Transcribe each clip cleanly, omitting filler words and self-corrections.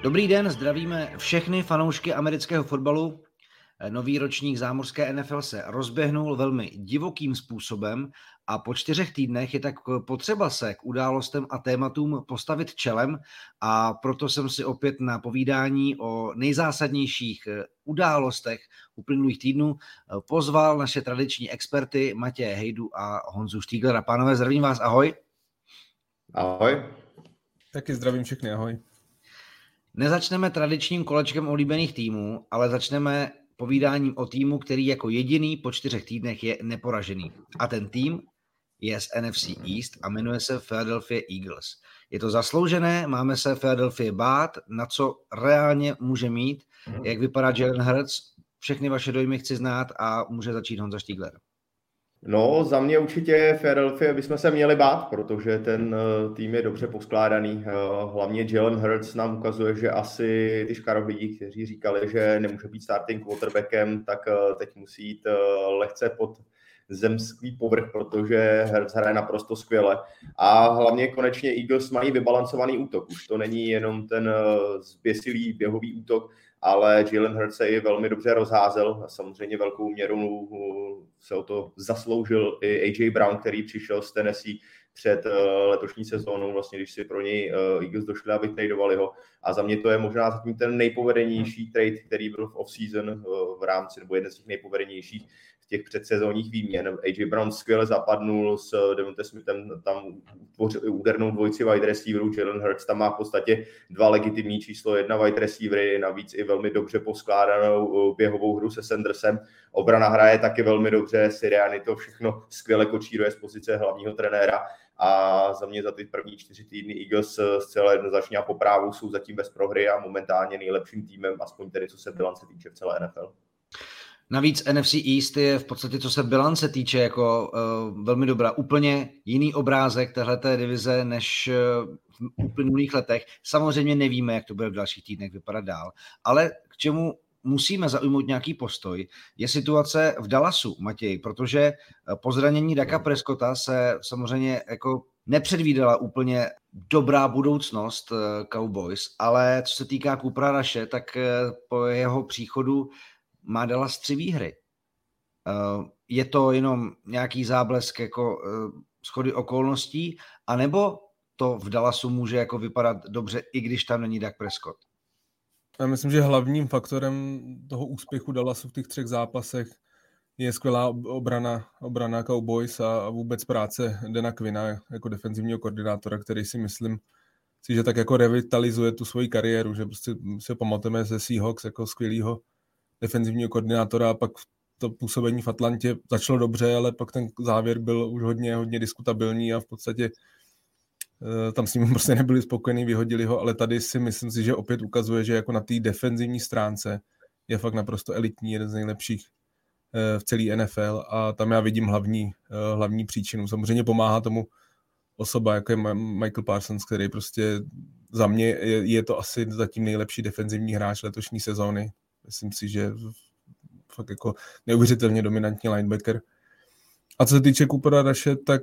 Dobrý den, zdravíme všechny fanoušky amerického fotbalu. Nový ročník zámořské NFL se rozběhnul velmi divokým způsobem a po 4 týdnech je tak potřeba se k událostem a tématům postavit čelem a proto jsem si opět na povídání o nejzásadnějších událostech uplynulých týdnů pozval naše tradiční experty Matěje Hejdu a Honzu Štíglera. Pánové, zdravím vás, ahoj. Ahoj. Taky zdravím všechny, ahoj. Nezačneme tradičním kolečkem oblíbených týmů, ale začneme povídáním o týmu, který jako jediný po 4 týdnech je neporažený. A ten tým je z NFC East a jmenuje se Philadelphia Eagles. Je to zasloužené, máme se Philadelphia bát, na co reálně může mít, jak vypadá Jalen Hurts. Všechny vaše dojmy chci znát a může začít Honza Štígler. No, za mě určitě Philadelphia bychom se měli bát, protože ten tým je dobře poskládaný. Hlavně Jalen Hurts nám ukazuje, že asi ty škarohlídi, kteří říkali, že nemůže být starting quarterbackem, tak teď musí jít lehce pod zemský povrch, protože Hurts hraje naprosto skvěle. A hlavně konečně Eagles mají vybalancovaný útok. Už to není jenom ten zběsilý běhový útok, ale Jalen Hurts se i velmi dobře rozházel a samozřejmě velkou měrou se o to zasloužil i AJ Brown, který přišel z Tennessee před letošní sezónou, vlastně když si pro něj Eagles došli a vytradovali ho. A za mě to je možná zatím ten nejpovedenější trade, který byl v off-season v rámci, nebo jeden z těch nejpovedenějších v těch předsezónních výměn. AJ Brown skvěle zapadnul s Devonte Smithem, tam údernou dvojici wide receiverů, Jalen Hurts tam má v podstatě 2 legitimní číslo 1 wide receivery, navíc i velmi dobře poskládanou běhovou hru se Sandersem. Obrana hraje taky velmi dobře, Sirianni to všechno skvěle kočíruje z pozice hlavního trenéra. A za mě za ty první 4 týdny Eagles zcela jednoznačně a po právu jsou zatím bez prohry a momentálně nejlepším týmem, aspoň tedy co se bilance týče v celé NFL. Navíc NFC East je v podstatě, co se bilance týče, jako velmi dobrá. Úplně jiný obrázek téhleté divize než v uplynulých letech. Samozřejmě nevíme, jak to bude v dalších týdnech vypadat dál, ale k čemu musíme zaujmout nějaký postoj, je situace v Dallasu, Matěj, protože po zranění Daka Prescotta se samozřejmě jako nepředvídala úplně dobrá budoucnost Cowboys, ale co se týká Coopera Rushe, tak po jeho příchodu má Dallas 3 výhry. Je to jenom nějaký záblesk jako shody okolností, anebo to v Dallasu může jako vypadat dobře, i když tam není Dak Prescott? Já myslím, že hlavním faktorem toho úspěchu Dallasu v těch 3 zápasech je skvělá obrana Cowboys a vůbec práce Dana Quinna jako defenzivního koordinátora, který si myslím, že tak jako revitalizuje tu svoji kariéru, že prostě se pamatujeme ze Seahawks jako skvělýho defenzivního koordinátora a pak to působení v Atlantě začalo dobře, ale pak ten závěr byl už hodně diskutabilní a v podstatě tam s ním prostě nebyli spokojení, vyhodili ho, ale tady si myslím si, že opět ukazuje, že jako na té defenzivní stránce je fakt naprosto elitní, jeden z nejlepších v celé NFL a tam já vidím hlavní příčinu. Samozřejmě pomáhá tomu osoba, jako je Michael Parsons, který prostě za mě je to asi zatím nejlepší defenzivní hráč letošní sezóny. Myslím si, že fakt jako neuvěřitelně dominantní linebacker. A co se týče Coopera Rushe, tak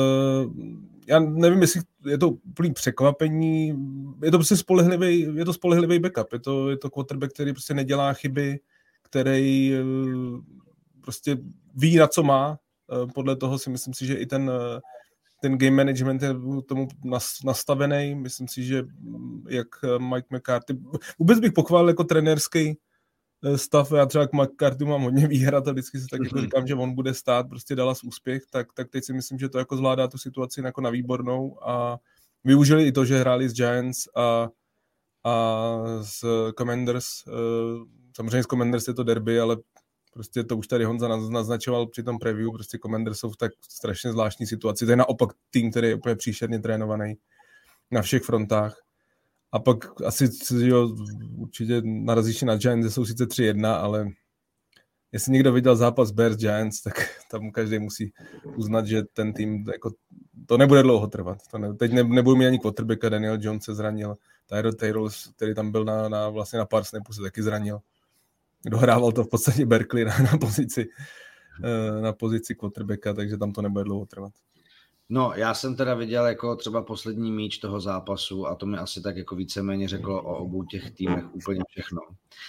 já nevím, jestli je to úplný překvapení, je to prostě spolehlivý backup, je to quarterback, který prostě nedělá chyby, který prostě ví, na co má, podle toho si myslím si, že i ten game management je tomu nastavený, myslím si, že jak Mike McCarthy, vůbec bych pochválil jako trenérský stav, já třeba k McCarthy mám hodně výhrad a vždycky se tak jako říkám, že on bude stát, prostě Dallas úspěch, tak teď si myslím, že to jako zvládá tu situaci jako na výbornou a využili i to, že hráli s Giants a s Commanders. Samozřejmě s Commanders je to derby, ale prostě to už tady Honza naznačoval při tom preview, prostě Commanders jsou v tak strašně zvláštní situaci. To je naopak tým, který je úplně příšerně trénovaný na všech frontách. A pak asi určitě narazíš na Giants, jsou sice 3-1, ale jestli někdo viděl zápas Bears Giants, tak tam každý musí uznat, že ten tým jako, to nebude dlouho trvat. Teď nebudu mít ani quarterbacka, Daniel Jones se zranil, Tyrod Taylor, který tam byl vlastně na pár snapů, se taky zranil. Dohrával to v podstatě Berkeley na pozici quarterbacka, takže tam to nebude dlouho trvat. No, já jsem teda viděl jako třeba poslední míč toho zápasu a to mi asi tak jako víceméně řeklo o obou těch týmech úplně všechno.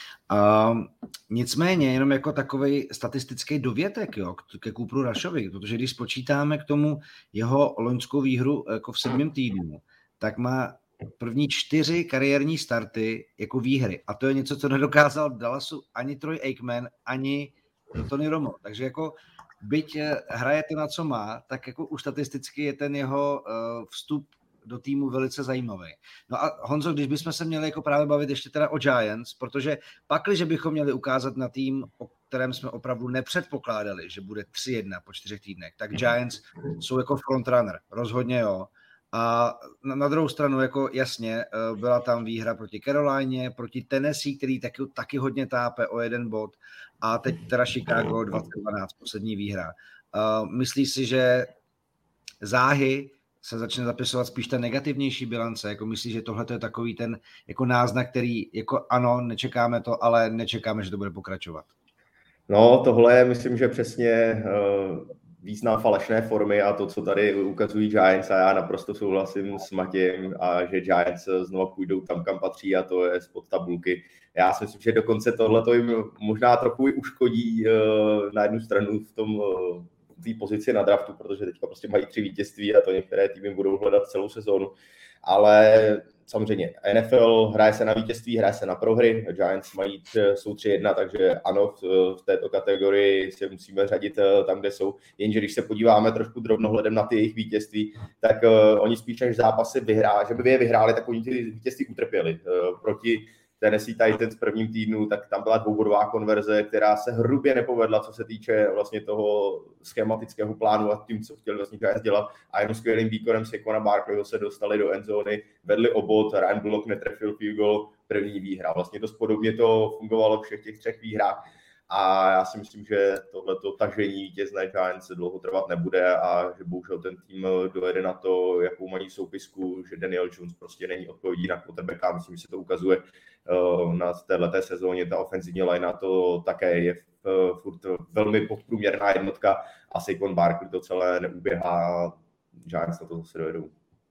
Nicméně jenom jako takovej statistický dovětek, jo, ke Cooperu Rushovi, protože když spočítáme k tomu jeho loňskou výhru jako v 7. týdnu, tak má první 4 kariérní starty jako výhry. A to je něco, co nedokázal v Dallasu ani Troy Aikman, ani Tony Romo. Takže jako byť hraje to, na co má, tak jako už statisticky je ten jeho vstup do týmu velice zajímavý. No a Honzo, když bychom se měli jako právě bavit ještě teda o Giants, protože pakliže bychom měli ukázat na tým, o kterém jsme opravdu nepředpokládali, že bude 3-1 po 4 týdnech, tak Giants jsou jako frontrunner, rozhodně jo. A na druhou stranu, jako jasně, byla tam výhra proti Carolině, proti Tennessee, který taky hodně tápe o 1 bod, a teď teda Chicago 2012, poslední výhra. Myslíš si, že záhy se začne zapisovat spíš ta negativnější bilance, jako myslíš, že tohle je takový ten jako náznak, který jako ano, nečekáme to, ale nečekáme, že to bude pokračovat? No, tohle je, myslím, že přesně význam falešné formy a to, co tady ukazují Giants, a já naprosto souhlasím s Matějem, a že Giants znovu půjdou tam, kam patří, a to je spod tabulky. Já si myslím, že dokonce tohleto jim možná trochu i uškodí na jednu stranu v tom té pozici na draftu, protože teďka prostě mají 3 vítězství a to některé týmy budou hledat celou sezónu. Ale samozřejmě NFL hraje se na vítězství, hraje se na prohry, Giants jsou 3-1, takže ano, v této kategorii se musíme řadit tam, kde jsou. Jenže když se podíváme trošku drobnohledem na ty jejich vítězství, tak oni spíš než zápasy že by je vyhráli, tak oni ty vítězství utrpěli. Proti Tennessee Titans v prvním týdnu, tak tam byla 2bodová konverze, která se hrubě nepovedla, co se týče vlastně toho schematického plánu a tím, co chtěli vlastně Giants dělat. A jenom skvělým výkonem Saquona Barkleyho se dostali do endzóny, vedli o bod, Ryan Bullock netrefil field goal, první výhra. Vlastně dost podobně to fungovalo v všech těch 3 výhrách. A já si myslím, že tohleto tažení vítězné Giants dlouho trvat nebude a že bohužel ten tým dojede na to, jakou mají soupisku, že Daniel Jones prostě není odpovědí na quarterbacka. Myslím, že se to ukazuje na téhleté sezóně. Ta ofenzivní line to také je furt velmi podprůměrná jednotka a Saquon Barkley to celé neuběhá. Giants na to zase dojedou.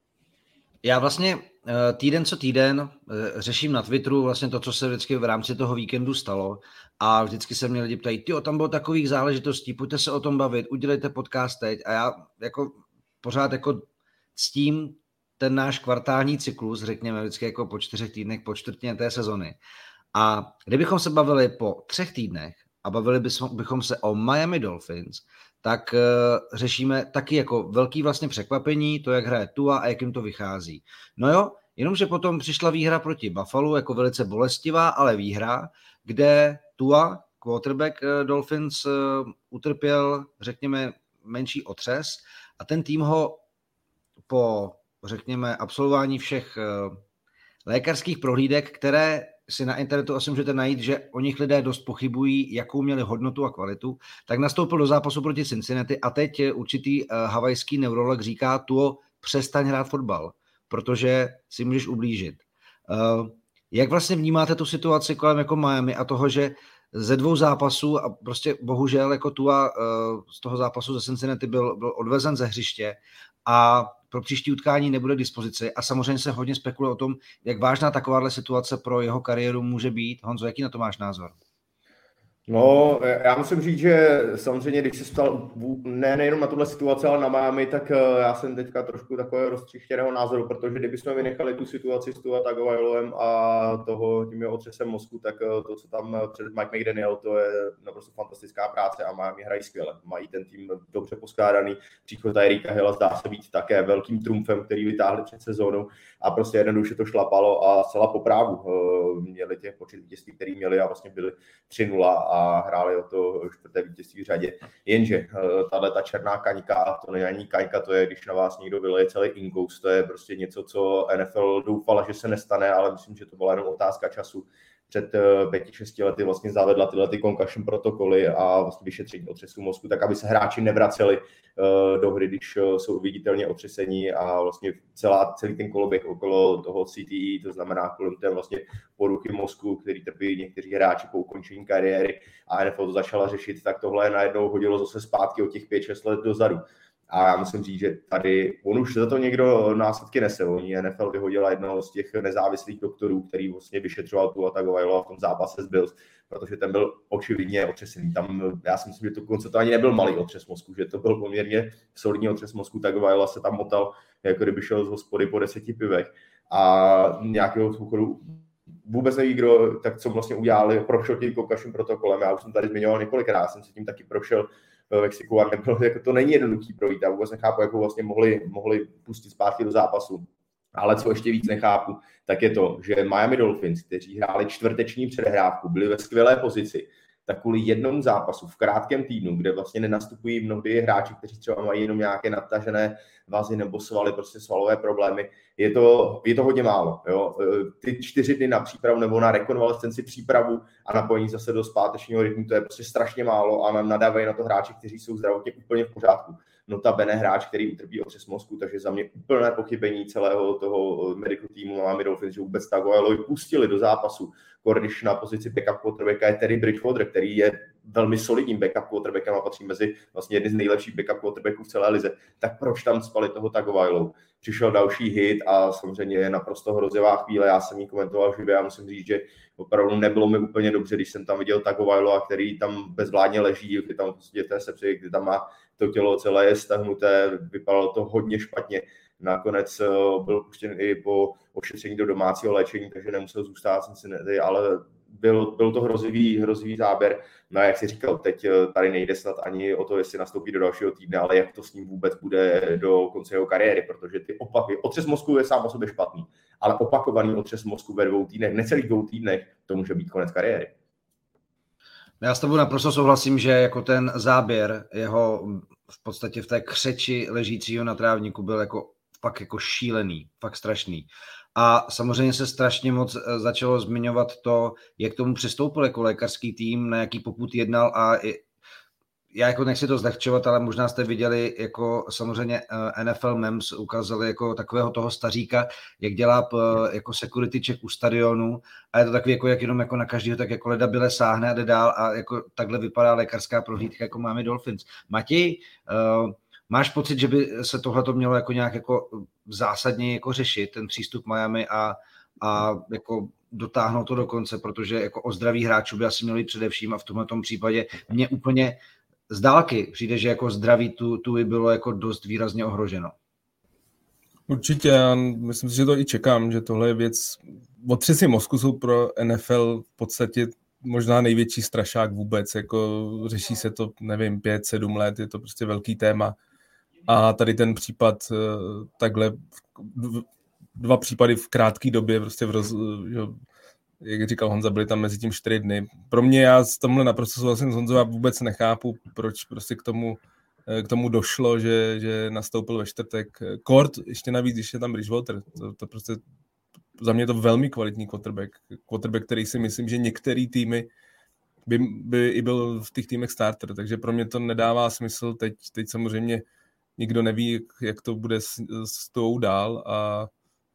Já vlastně týden co týden řeším na Twitteru vlastně to, co se vždycky v rámci toho víkendu stalo, a vždycky se mě lidi ptají, tam bylo takových záležitostí, pojďte se o tom bavit, udělejte podcast teď, a já jako pořád jako ctím ten náš kvartální cyklus, řekněme vždycky jako po 4 týdnech, po čtvrtině té sezony. A kdybychom se bavili po 3 týdnech a bavili bychom se o Miami Dolphins, tak řešíme taky jako velký vlastně překvapení, to, jak hraje Tua a jak jim to vychází. No jo, jenomže potom přišla výhra proti Buffalo, jako velice bolestivá, ale výhra, kde Tua, quarterback Dolphins, utrpěl, řekněme, menší otřes a ten tým ho po, řekněme, absolvování všech lékařských prohlídek, které si na internetu asi můžete najít, že o nich lidé dost pochybují, jakou měli hodnotu a kvalitu, tak nastoupil do zápasu proti Cincinnati a teď určitý havajský neurolog říká, Tuo, přestaň hrát fotbal, protože si můžeš ublížit. Jak vlastně vnímáte tu situaci kolem jako Miami a toho, že ze 2 zápasů a prostě bohužel jako Tua z toho zápasu ze Cincinnati byl odvezen ze hřiště a pro příští utkání nebude k dispozici a samozřejmě se hodně spekuluje o tom, jak vážná takováhle situace pro jeho kariéru může být. Honzo, jaký na to máš názor? No, já musím říct, že samozřejmě, když se ptal nejenom na tuhle situaci, ale na Miami, tak já jsem teďka trošku takového roztřištěného názoru, protože kdybychom vynechali tu situaci s Tua Tagovailoem a tím jeho otřesem mozku, tak to, co tam před Mike McDaniel, to je naprosto fantastická práce a Miami hrají skvěle. Mají ten tým dobře poskládaný, příchod Tyreeka Hilla zdá se být také velkým trumfem, který vytáhli před sezónou a prostě jednoduše to šlapalo a zcela po právu. Měli těch počet vítězství, který měli a vlastně byli 3-0 a hráli o to 4. vítězství v řadě. Jenže ta černá kaňka, to není ani kaňka, to je, když na vás někdo vyleje celý inkous, to je prostě něco, co NFL doufala, že se nestane, ale myslím, že to byla jenom otázka času. Před 5-6 lety vlastně zavedla tyhle ty concussion protokoly a vlastně vyšetření otřesu mozku, tak aby se hráči nevraceli do hry, když jsou viditelně otřesení a vlastně celý ten koloběh okolo toho CTE, to znamená kolem té vlastně poruchy mozku, který trpí někteří hráči po ukončení kariéry a NFL to začala řešit, tak tohle najednou hodilo zase zpátky o těch 5-6 let dozadu. A já musím říct, že tady on už za to někdo následky nese. Oni NFL vyhodila jednoho z těch nezávislých doktorů, který vlastně vyšetřoval tu Tagovailoa v tom zápase s Bills, protože ten byl očividně otřesený. Tam, já si myslím, že to ani nebyl malý otřes mozku, že to byl poměrně solidní otřes mozku. Tagovailoa se tam motal, jako kdyby šel z hospody po 10 pivech. A nějakého důchodu vůbec neví, kdo, tak co vlastně udělali, prošel tím kokačním protokolem. Já už jsem tady zmiňoval několikrát, jsem se tím taky prošel v Mexiku a nebylo, jako to není jednoduchý projít. Já vůbec nechápu, jak ho vlastně mohli pustit zpátky do zápasu. Ale co ještě víc nechápu, tak je to, že Miami Dolphins, kteří hráli čtvrteční předehrávku, byli ve skvělé pozici, tak kvůli jednomu zápasu v krátkém týdnu, kde vlastně nenastupují mnohdy hráči, kteří třeba mají jenom nějaké natažené vazy nebo svaly, prostě svalové problémy, je to hodně málo. Jo? Ty 4 dny na přípravu nebo na rekonvalescenci přípravu a napojení zase do zpátečního rytmu, to je prostě strašně málo a nadávají na to hráči, kteří jsou zdravotně úplně v pořádku. Notabene hráč, který utrpí otřes mozku, takže za mě úplné pochybení celého toho medical týmu Miami Dolphins, že vůbec Tagovailoa pustili do zápasu, když na pozici backup quarterbacka je Teddy Bridgewater, který je velmi solidním backup quarterbackem a patří mezi vlastně jedny z nejlepších backup quarterbacků v celé lize, tak proč tam spali toho Tagovailoa? Přišel další hit a samozřejmě je naprosto hrozivá chvíle, já jsem ji komentoval živě a musím říct, že opravdu nebylo mi úplně dobře, když jsem tam viděl Tagovailoa, který tam bezvládně leží, kdy tam prostě té sepsy, kdy tam má to tělo celé je stahnuté, vypadalo to hodně špatně. Nakonec byl puštěn i po ošetření do domácího léčení, takže nemusel zůstat, ale byl to hrozivý záběr. No a jak jsi říkal, teď tady nejde snad ani o to, jestli nastoupí do dalšího týdne, ale jak to s ním vůbec bude do konce jeho kariéry, protože ty opaky, otřes mozku je sám o sobě špatný, ale opakovaný otřes mozku ve 2 týdnech, necelých 2 týdnech, to může být konec kariéry. Já s tebou naprosto souhlasím, že jako ten záběr jeho v podstatě v té křeči ležícího na trávníku byl jako fakt jako šílený, fakt strašný. A samozřejmě se strašně moc začalo zmiňovat to, jak tomu přistoupil jako lékařský tým, na jaký popud jednal a já jako nechci to zlehčovat, ale možná jste viděli, jako samozřejmě NFL Memes ukázali jako takového toho staříka, jak dělá jako security check u stadionu a je to takový, jako jak jenom jako na každého, tak jako leda byle sáhne a jde dál a jako takhle vypadá lékařská prohlídka jako Miami Dolphins. Matěj, máš pocit, že by se tohleto mělo jako nějak jako zásadně jako řešit, ten přístup Miami a jako dotáhnout to do konce, protože jako o zdraví hráčů by asi měli především a v tomhletom případě mě úplně z dálky přijde, že jako zdraví tu bylo jako dost výrazně ohroženo. Určitě, já myslím si, že to i čekám, že tohle je věc, otřesy mozku jsou pro NFL v podstatě možná největší strašák vůbec, jako řeší se to, nevím, 5-7 let, je to prostě velký téma a tady ten případ takhle, 2 případy v krátké době, prostě jak říkal Honza, byly tam mezi tím 4 dny. Pro mě, já s tomhle naprosto souhlasím s Honzou, já vůbec nechápu, proč prostě k tomu došlo, že nastoupil ve čtvrtek. Kort, ještě navíc, když je tam Bridgewater, to prostě za mě je to velmi kvalitní quarterback, který si myslím, že některý týmy by i byl v těch týmech starter, takže pro mě to nedává smysl. Teď samozřejmě nikdo neví, jak to bude s tou dál a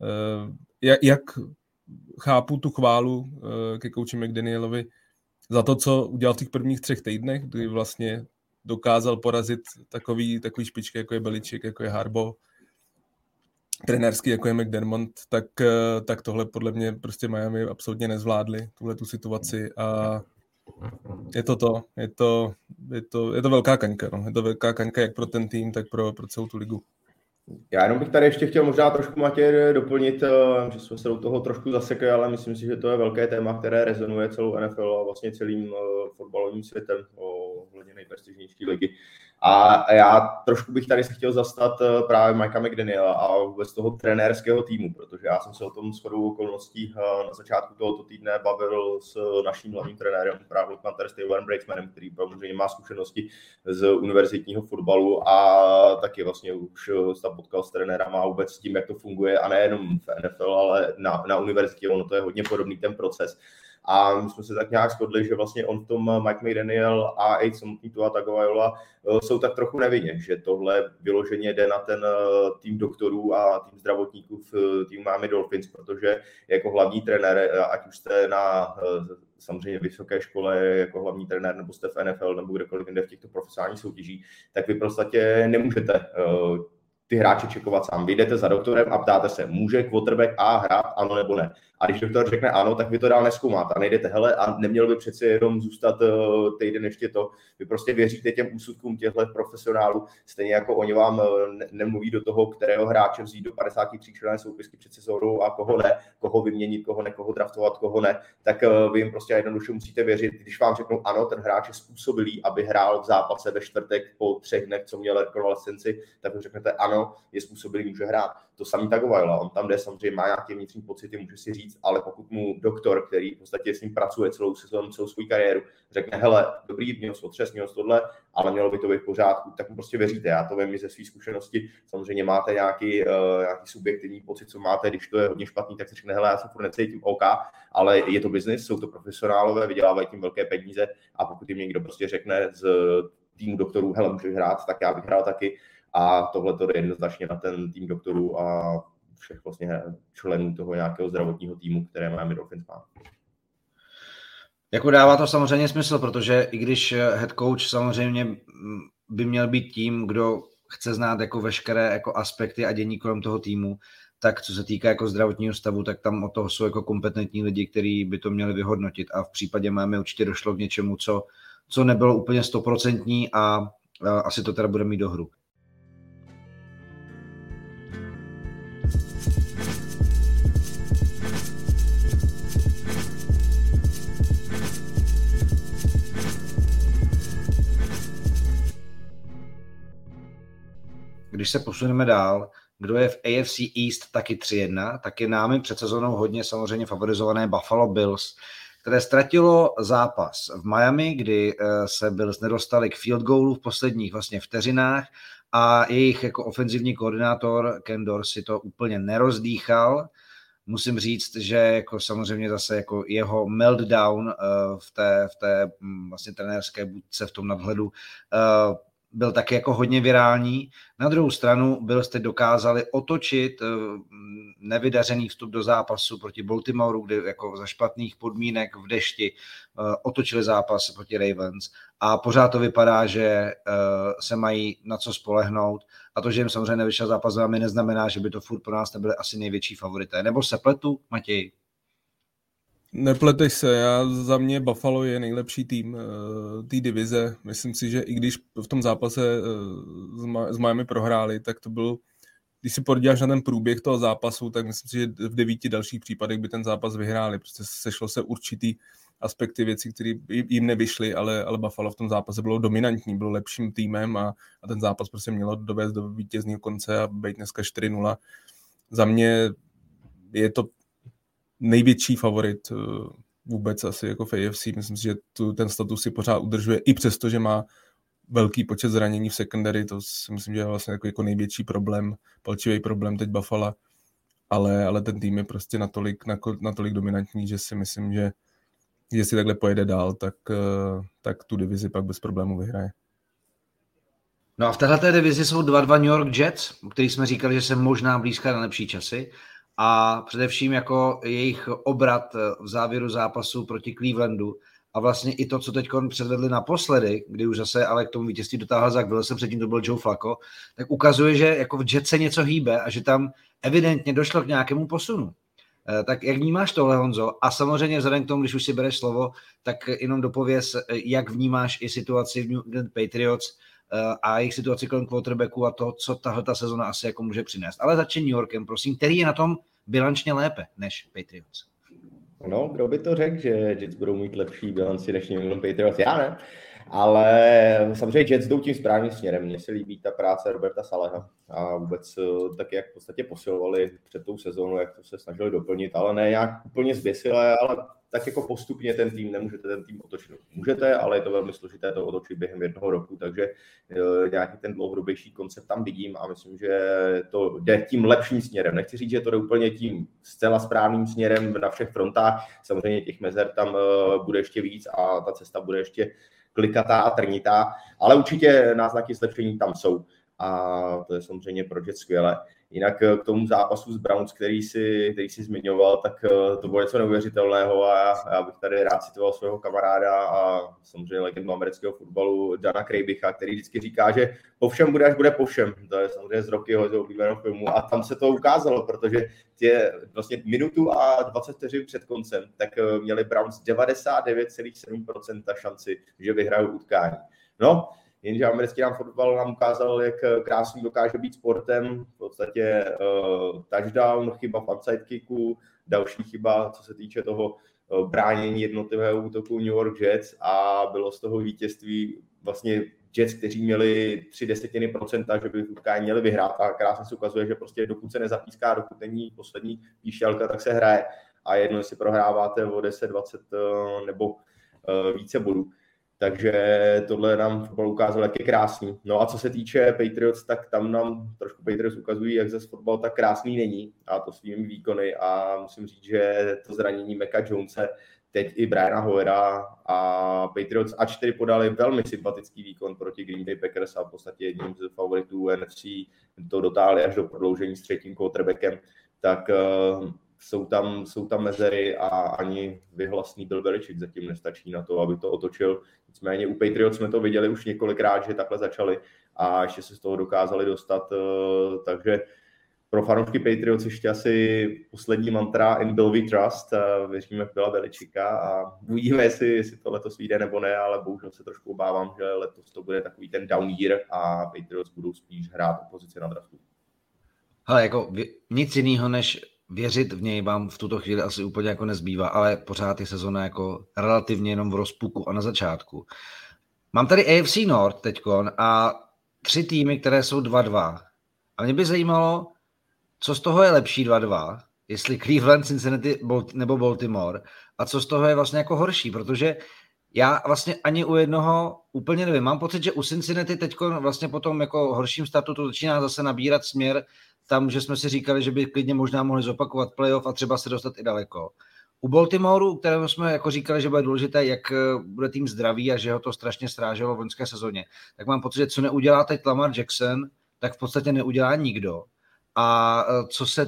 jak chápu tu chválu ke kouči McDanielovi za to, co udělal v těch prvních 3 týdnech, kdy vlastně dokázal porazit takový špičky, jako je Belichick, jako je Harbaugh, trenérský, jako je McDermott, tak tohle podle mě prostě Miami absolutně nezvládli, tu situaci a je to velká kaňka, no. Je to velká kaňka jak pro ten tým, tak pro celou tu ligu. Já jenom bych tady ještě chtěl možná trošku, Matěj, doplnit, že jsme se do toho trošku zasekli, ale myslím si, že to je velké téma, které rezonuje celou NFL a vlastně celým fotbalovým světem ohledně nejprestižnější ligy. A já trošku bych tady se chtěl zastat právě Mikea McDaniela a vůbec toho trenérského týmu, protože já jsem se o tom shodou okolností na začátku tohoto týdne bavil s naším hlavním trenérem právě Panthers Taylorem Brakesmanem, který samozřejmě má zkušenosti z univerzitního fotbalu a taky vlastně už se potkal s trenérama a vůbec s tím, jak to funguje a nejenom v NFL, ale na univerzitě, ono to je hodně podobný ten proces. A my jsme se tak nějak shodli, že vlastně on v tom Mike McDaniel a i samotný Tua Tagovailoa jsou tak trochu nevinně, že tohle vyloženě jde na ten tým doktorů a tým zdravotníků v týmu Miami Dolphins, protože jako hlavní trenér, ať už jste na samozřejmě vysoké škole jako hlavní trenér, nebo jste v NFL, nebo kdekoliv jinde v těchto profesionálních soutěžích, tak vy v podstatě nemůžete ty hráče čekovat sám. Vy jdete za doktorem a ptáte se, může quarterback A hrát, ano nebo ne. A když doktor řekne ano, tak vy to dál nezkoumáte a nejdete, hele, a nemělo by přeci jenom zůstat týden ještě to. Vy prostě věříte těm úsudkům těchto profesionálů, stejně jako oni vám nemluví do toho, kterého hráče vzít do 53 členné soupisky před sezónou a koho ne, koho vyměnit, koho ne, koho draftovat, koho ne, tak vy jim prostě jednoduše musíte věřit, když vám řeknou ano, ten hráč je způsobilý, aby hrál v zápase ve čtvrtek po 3 dnech, co měl rekonvalescenci, tak vy řeknete ano, je způsobilý, může hrát. To samý Tagovailoa, on tam jde, samozřejmě má nějaké vnitřní pocity, může si říct, ale pokud mu doktor, který v podstatě s ním pracuje celou sezónu, celou svou kariéru, řekne, hele, dobrý, měl jsi otřes, měl jsi tohle, ale mělo by to být v pořádku, tak mu prostě věříte. Já to vím ze své zkušenosti. Samozřejmě máte nějaký subjektivní pocit, co máte, když to je hodně špatný, tak si řekne, hele, já se furt necítím OK, ale je to biznis, jsou to profesionálové, vydělávají tím velké peníze a pokud jim někdo prostě řekne z týmu doktorů, hele, můžeš hrát, tak já bych hrál taky. A tohle to jde jednoznačně na ten tým doktorů a všech vlastně členů toho nějakého zdravotního týmu, které Miami Dolphins má. Jako dává to samozřejmě smysl, protože i když head coach samozřejmě by měl být tím, kdo chce znát jako veškeré jako aspekty a dění kolem toho týmu, tak co se týká jako zdravotního stavu, tak tam od toho jsou jako kompetentní lidi, kteří by to měli vyhodnotit. A v případě Miami určitě došlo k něčemu, co nebylo úplně 100% a asi to teda bude mít do hru. Když se posuneme dál, kdo je v AFC East taky 3-1, tak je námi před sezónou hodně samozřejmě favorizované Buffalo Bills, které ztratilo zápas v Miami, kdy se Bills nedostali k field goalu v posledních vlastně vteřinách a jejich jako ofenzivní koordinátor Ken Dorsey to úplně nerozdýchal. Musím říct, že jako samozřejmě zase jako jeho meltdown v té vlastně trenérské budce v tom nadhledu byl taky jako hodně virální. Na druhou stranu Bills teď dokázali otočit nevydařený vstup do zápasu proti Baltimoreu, kde jako za špatných podmínek v dešti otočili zápas proti Ravens a pořád to vypadá, že se mají na co spolehnout a to, že jim samozřejmě nevyšel zápas, mi neznamená, že by to furt pro nás nebyly asi největší favorité. Nebo se pletu, Matěj? Nepleteš se, za mě Buffalo je nejlepší tým té divize. Myslím si, že i když v tom zápase s Miami prohráli, tak to byl, když si podíváš na ten průběh toho zápasu, tak myslím si, že v 9 dalších případech by ten zápas vyhráli. Prostě sešlo se určitý aspekty věcí, které jim nevyšly, ale Buffalo v tom zápase bylo dominantní, bylo lepším týmem a ten zápas prostě mělo dovést do vítězného konce a být dneska 4-0. Za mě je to největší favorit vůbec asi jako v AFC. Myslím si, že ten status si pořád udržuje, i přesto, že má velký počet zranění v secondary, to si myslím, že je vlastně jako největší problém, palčivý problém teď Buffalo, ale ten tým je prostě natolik dominantní, že si myslím, že jestli takhle pojede dál, tak tu divizi pak bez problémů vyhraje. No a v téhleté divizi jsou 2 New York Jets, který jsme říkali, že se možná blízká na lepší časy. A především jako jejich obrat v závěru zápasu proti Clevelandu a vlastně i to, co teď předvedli naposledy, kdy už zase ale k tomu vítězství dotáhl Zach Wilson, předtím to byl Joe Flacco, tak ukazuje, že jako v Jets se něco hýbe a že tam evidentně došlo k nějakému posunu. Tak jak vnímáš tohle, Honzo? A samozřejmě vzhledem k tomu, když už si bereš slovo, tak jenom dopověz, jak vnímáš i situaci v New England Patriots a jejich situaci kolem quarterbacku a to, co tahleta sezona asi jako může přinést. Ale začni New Yorkem, prosím, který je na tom bilančně lépe než Patriots. No, kdo by to řekl, že Jets budou mít lepší bilanci než New England Patriots? Já ne. Ale samozřejmě Jets jdou tím správným směrem. Mně se líbí ta práce Roberta Saleha a vůbec tak, jak v podstatě posilovali před tou sezónou, jak to se snažili doplnit, ale ne nějak úplně zběsilé, ale tak jako postupně nemůžete ten tým otočit. Můžete, ale je to velmi složité to otočit během 1 roku, takže nějaký ten dlouhodobější koncept tam vidím a myslím, že to jde tím lepším směrem. Nechci říct, že to jde úplně tím zcela správným směrem na všech frontách, samozřejmě těch mezer tam bude ještě víc a ta cesta bude ještě klikatá a trnitá, ale určitě náznaky zlepšení tam jsou a to je samozřejmě pro Jets skvělé. Jinak k tomu zápasu s Browns, který si zmiňoval, tak to bylo něco neuvěřitelného a já bych tady rád citoval svého kamaráda a samozřejmě legendu amerického fotbalu Dana Krejbicha, který vždycky říká, že po všem bude, až bude po všem. To je samozřejmě z Rockyho, z oblíbeného filmu a tam se to ukázalo, protože vlastně minutu a 20 vteřin před koncem, tak měli Browns 99,7% šanci, že vyhrajou utkání. No, jenže americký fotbal nám ukázal, jak krásný dokáže být sportem. V podstatě touchdown, chyba v onside kicku, další chyba, co se týče toho bránění jednotlivého útoku New York Jets a bylo z toho vítězství vlastně Jets, kteří měli 0,3%, že by utkání měli vyhrát a krásně se ukazuje, že prostě dokud se nezapíská, dokud není poslední píšťalka, tak se hraje a jedno, jestli prohráváte o 10, 20 nebo více bodů. Takže tohle nám fotbal ukázal, jak je krásný. No a co se týče Patriots, tak tam nám trošku Patriots ukazují, jak zase fotbal tak krásný není a to svými výkony a musím říct, že to zranění Meka Jonese, teď i Briana Hoyera a Patriots A4 podali velmi sympatický výkon proti Green Bay Packers a v podstatě jedním z favoritů NFC to dotáhli až do prodloužení s 3. quarterbackem, tak jsou tam mezery a ani vyhlasný Bill Belichick zatím nestačí na to, aby to otočil. Nicméně u Patriots jsme to viděli už několikrát, že takhle začali a ještě se z toho dokázali dostat. Takže pro fanoušky Patriots ještě asi poslední mantra In Bill We Trust. Věříme v Billa Belichicka a uvidíme, jestli to letos vyjde nebo ne, ale bohužel se trošku obávám, že letos to bude takový ten down year a Patriots budou spíš hrát o pozici na draftu. Hele, jako nic jiného než věřit v něj vám v tuto chvíli asi úplně jako nezbývá, ale pořád je sezona jako relativně jenom v rozpuku a na začátku. Mám tady AFC North teďkon a 3 týmy, které jsou 2-2. A mě by zajímalo, co z toho je lepší 2-2, jestli Cleveland, Cincinnati nebo Baltimore, a co z toho je vlastně jako horší, protože já vlastně ani u jednoho úplně nevím. Mám pocit, že u Cincinnati teďkon vlastně po tom jako horším startu to začíná zase nabírat směr tam, že jsme si říkali, že by klidně možná mohli zopakovat playoff a třeba se dostat i daleko. U Baltimoreu, kterému jsme jako říkali, že bude důležité, jak bude tým zdravý a že ho to strašně stráželo v loňské sezóně, tak mám pocit, že co neudělá teď Lamar Jackson, tak v podstatě neudělá nikdo. A co se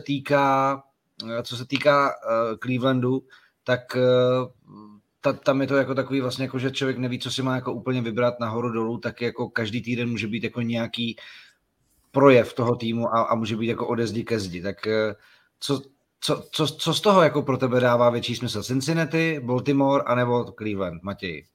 týká Clevelandu, tak tam je to jako takový vlastně, jako, že člověk neví, co si má jako úplně vybrat nahoru dolů, tak jako každý týden může být jako nějaký projev toho týmu a může být jako ode zdi ke zdi. Tak co z toho jako pro tebe dává větší smysl? Cincinnati, Baltimore anebo Cleveland, Matěj?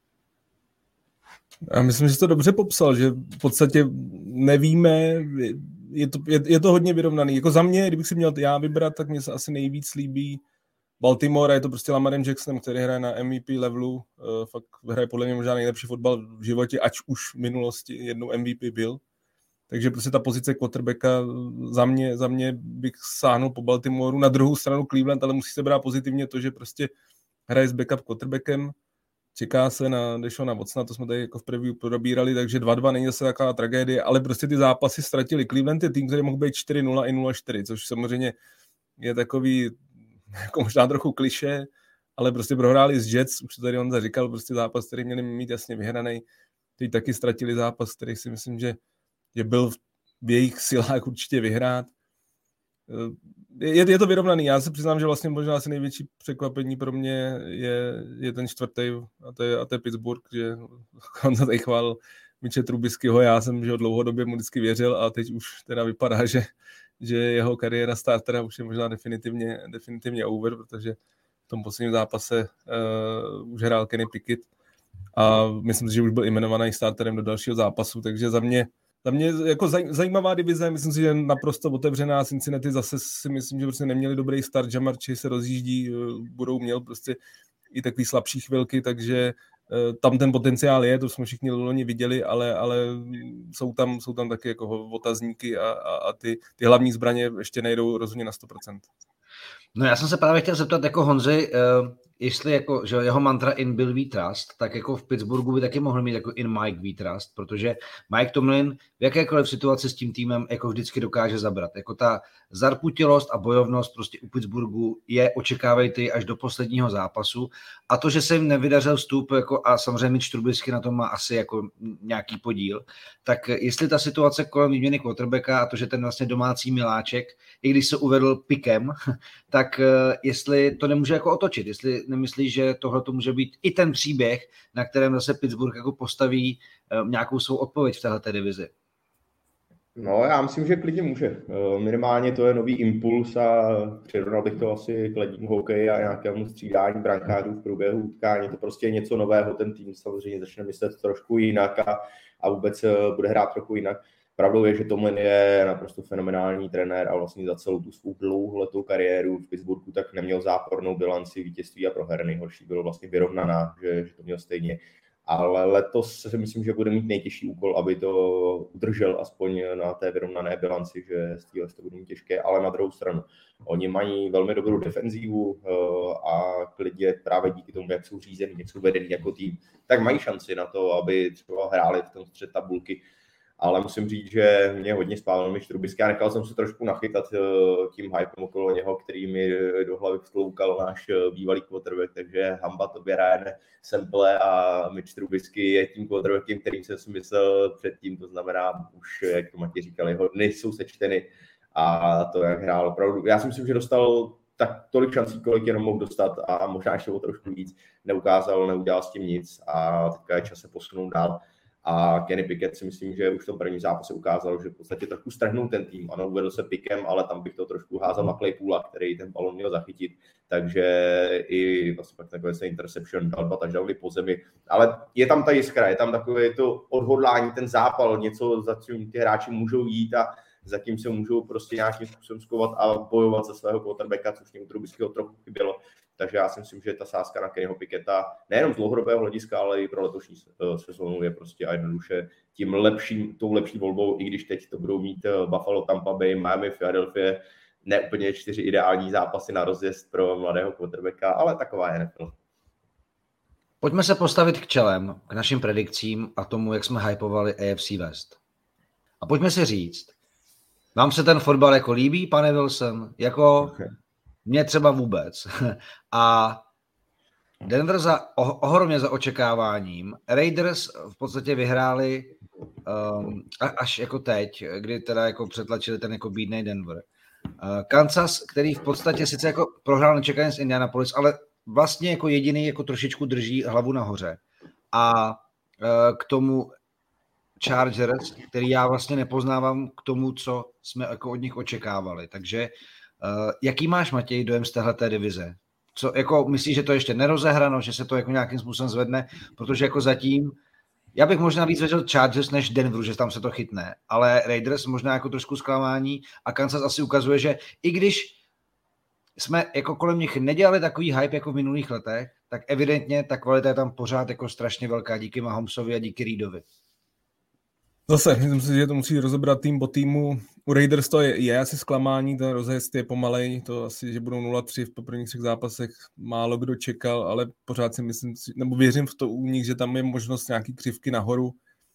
Já myslím, že jsi to dobře popsal, že v podstatě nevíme, je to hodně vyrovnaný. Jako za mě, kdybych si měl já vybrat, tak mě se asi nejvíc líbí Baltimore, je to prostě Lamarem Jacksonem, který hraje na MVP levelu, fakt hraje podle mě možná nejlepší fotbal v životě, ač už v minulosti jednou MVP byl. Takže prostě ta pozice quarterbacka za mě bych sáhnul po Baltimoreu. Na druhou stranu Cleveland, ale musí se brát pozitivně to, že prostě hraje s backup quarterbackem, čeká se na Deshona Watsona, to jsme tady jako v preview probírali, takže 2-2 není zase taková tragédie, ale prostě ty zápasy ztratili. Cleveland je tým, který mohl být 4-0 i 0-4, což samozřejmě je takový jako možná trochu klišé, ale prostě prohráli s Jets, už to tady on říkal, prostě zápas, který měli mít jasně vyhraný. Teď taky ztratili zápas, který si myslím, že byl v jejich silách určitě vyhrát. Je to vyrovnaný. Já se přiznám, že vlastně možná asi největší překvapení pro mě je ten 4. a to je Pittsburgh, že on se tady chválil Mitche Trubiskyho. Já jsem, že dlouhodobě mu vždycky věřil a teď už teda vypadá, že jeho kariéra startera už je možná definitivně over, protože v tom posledním zápase už hrál Kenny Pickett a myslím si, že už byl jmenovaný starterem do dalšího zápasu, takže za mě jako zajímavá divize, myslím si, že naprosto otevřená. Cincinnati zase si myslím, že prostě neměli dobrý start, Ja'Marr Chase se rozjíždí, budou měl prostě i takový slabší chvilky, takže tam ten potenciál je, to jsme všichni loni viděli, ale jsou tam taky jako otazníky a ty hlavní zbraně ještě nejdou rozhodně na 100%. No já jsem se právě chtěl zeptat jako Honzy, jestli jako, že jeho mantra in Bill we trust, tak jako v Pittsburghu by taky mohl mít jako in Mike we trust, protože Mike Tomlin v jakékoliv situaci s tím týmem jako vždycky dokáže zabrat. Jako ta zarputilost a bojovnost prostě u Pittsburghu je, očekávejte až do posledního zápasu. A to, že se jim nevydařil vstup, jako, a samozřejmě Mitch Trubisky na tom má asi jako nějaký podíl, tak jestli ta situace kolem výměny quarterbacka a to, že ten vlastně domácí miláček, i když se uvedl pikem, tak jestli to nemůže jako otočit, jestli nemyslíš, že tohle to může být i ten příběh, na kterém zase Pittsburgh jako postaví nějakou svou odpověď v téhleté divizi. No, já myslím, že klidně může. Minimálně to je nový impuls a přirovnal bych to asi k lednímu hokeji a nějakému střídání brankářů v průběhu utkání. To prostě je něco nového, ten tým samozřejmě začne myslet trošku jinak a vůbec bude hrát trochu jinak. Pravdou je, že Tomlin je naprosto fenomenální trenér a vlastně za celou tu svou dlouholetou kariéru v Pittsburghu tak neměl zápornou bilanci vítězství a proher. Nejhorší bylo vlastně vyrovnaná, že to měl stejně. Ale letos si myslím, že bude mít nejtěžší úkol, aby to udržel aspoň na té vyrovnané bilanci, že to bude mít těžké, ale na druhou stranu. Oni mají velmi dobrou defenzívu a klidně právě díky tomu, jak jsou řízení, jak jsou vedení jako tým, tak mají šanci na to, aby třeba hráli v tom střed tabulky. Ale musím říct, že mě hodně spálil Mitch Trubisky a nechal jsem se trošku nachytat tím hypem okolo něho, který mi do hlavy vtloukal náš bývalý quarterback, takže hamba tobě Ryane Semple a Mitch Trubisky je tím quarterbackem, kterým jsem si myslel předtím, to znamená už, jak to Mati říkal, jeho dny jsou sečteny a to, jak hrál opravdu. Já si myslím, že dostal tak tolik šancí, kolik jenom mohl dostat a možná ještě o trošku víc neukázal, neudělal s tím nic a teďka je čas se posunout dál. A Kenny Pickett si myslím, že už v tom prvním zápase ukázal, že v podstatě trošku strhnul ten tým. Ano, uvedl se pikem, ale tam bych to trošku házal na Claypoola, který ten balon měl zachytit. Takže i vlastně pak takové se interception, dal 2 touchdowny po zemi. Ale je tam ta jiskra, je tam takové to odhodlání, ten zápal, něco, za čím ty hráči můžou jít a zatím se můžou prostě nějakým způsobem skovat a bojovat za svého quarterbacka, což mě u Trubiskyho trochu chybělo. Takže já si myslím, že ta sázka na Kennyho Picketta nejenom z dlouhodobého hlediska, ale i pro letošní sezónu je prostě a jednoduše tou lepší volbou, i když teď to budou mít Buffalo, Tampa Bay, Miami, Philadelphia, ne úplně 4 ideální zápasy na rozjezd pro mladého quarterbacka, ale taková je NFL. Pojďme se postavit k čelem, k našim predikcím a tomu, jak jsme hypovali AFC West. A pojďme si říct, vám se ten fotbal jako líbí, pane Wilson? Jako mně třeba vůbec. A Denver ohromně za očekáváním. Raiders v podstatě vyhráli až jako teď, kdy teda jako přetlačili ten jako bídnej Denver. Kansas, který v podstatě sice jako prohrál nečekaně s Indianapolis, ale vlastně jako jediný jako trošičku drží hlavu nahoře. A k tomu Chargers, který já vlastně nepoznávám k tomu, co jsme jako od nich očekávali. Takže jaký máš, Matěj, dojem z téhleté divize? Co, jako myslíš, že to ještě nerozehráno, že se to jako nějakým způsobem zvedne? Protože jako zatím, já bych možná víc věděl Chargers než Denveru, že tam se to chytne, ale Raiders možná jako trošku zklamání a Kansas asi ukazuje, že i když jsme jako kolem nich nedělali takový hype jako v minulých letech, tak evidentně ta kvalita je tam pořád jako strašně velká díky Mahomesovi a díky Reedovi. Zase, myslím si, že to musí rozebrat tým po týmu. U Raiders to je asi zklamání, ten rozjezd je pomalej, to asi, že budou 0-3 v prvních 3 zápasech, málo kdo čekal, ale pořád si myslím, nebo věřím v to u nich, že tam je možnost nějaký křivky nahoru,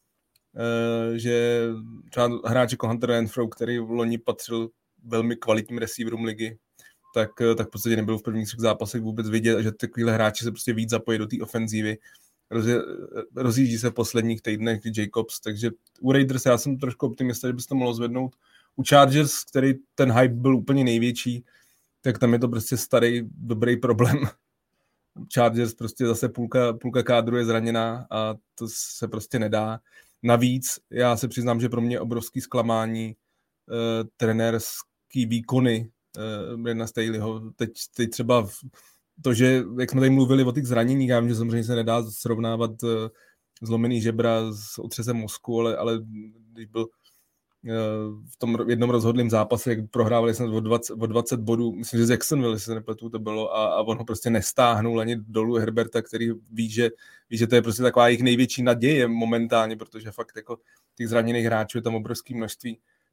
že třeba hráč jako Hunter Renfrow, který v loni patřil velmi kvalitním receiverům ligy, tak v podstatě nebyl v prvních 3 zápasech vůbec vidět, že takovýhle hráči se prostě víc zapojí do té ofenzívy. Rozjíždí se v posledních týdnech Jacobs, takže u Raiders já jsem trošku optimista, že by se to mohlo zvednout. U Chargers, který ten hype byl úplně největší, tak tam je to prostě starý, dobrý problém. Chargers prostě zase půlka kádru je zraněná a to se prostě nedá. Navíc já se přiznám, že pro mě obrovský zklamání trenérský výkony Brandona Staleyho. Teď třeba to, že jak jsme tady mluvili o těch zraněních, já vím, že samozřejmě se nedá srovnávat zlomený žebra s otřesem mozku, ale když byl v tom jednom rozhodlém zápase, jak prohrávali jsme o 20 bodů, myslím, že z Jacksonville, jestli se nepletu, to bylo, a on ho prostě nestáhnul ani dolů Herberta, který ví, že to je prostě taková jejich největší naděje momentálně, protože fakt jako těch zraněných hráčů je tam obrovské množství.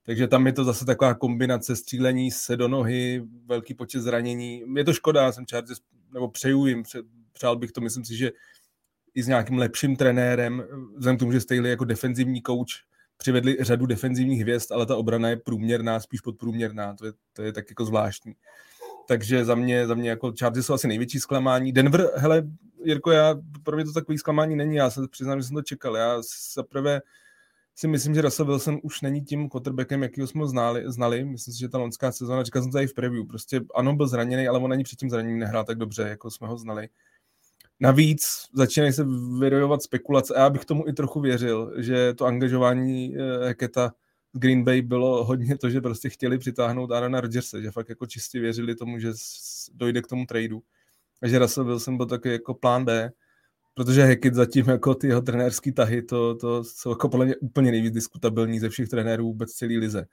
Takže tam je to zase taková kombinace střílení se do nohy, velký počet zranění. Je to škoda, já jsem Chargers, nebo přeju jim, přál bych to, myslím si, že i s nějakým lepším trenérem, vzhledem k tomu, že Staley jako defenzivní coach přivedli řadu defenzivních hvězd, ale ta obrana je průměrná, spíš podprůměrná, to je tak jako zvláštní. Takže za mě jako Chargers jsou asi největší zklamání. Denver, hele, Jirko, pro mě to takový zklamání není, já se přiznám, že jsem to čekal. Já zaprvé si myslím, že Russell Wilson už není tím quarterbackem, jakýho jsme znali. Myslím si, že ta loňská sezóna, říkal jsem to i v preview, prostě ano, byl zraněný, ale on ani předtím zranění nehrál tak dobře, jako jsme ho znali. Navíc začínají se vyrojovat spekulace a já bych tomu i trochu věřil, že to angažování Hacketta z Green Bay bylo hodně to, že prostě chtěli přitáhnout Aarona Rodgerse, že fakt jako čistě věřili tomu, že dojde k tomu tradu. A že Russell Wilson byl taky jako plán B, protože Hackett zatím jako ty jeho trenérský tahy, to jsou jako podle mě úplně nejvíc diskutabilní ze všech trenérů vůbec celý lize.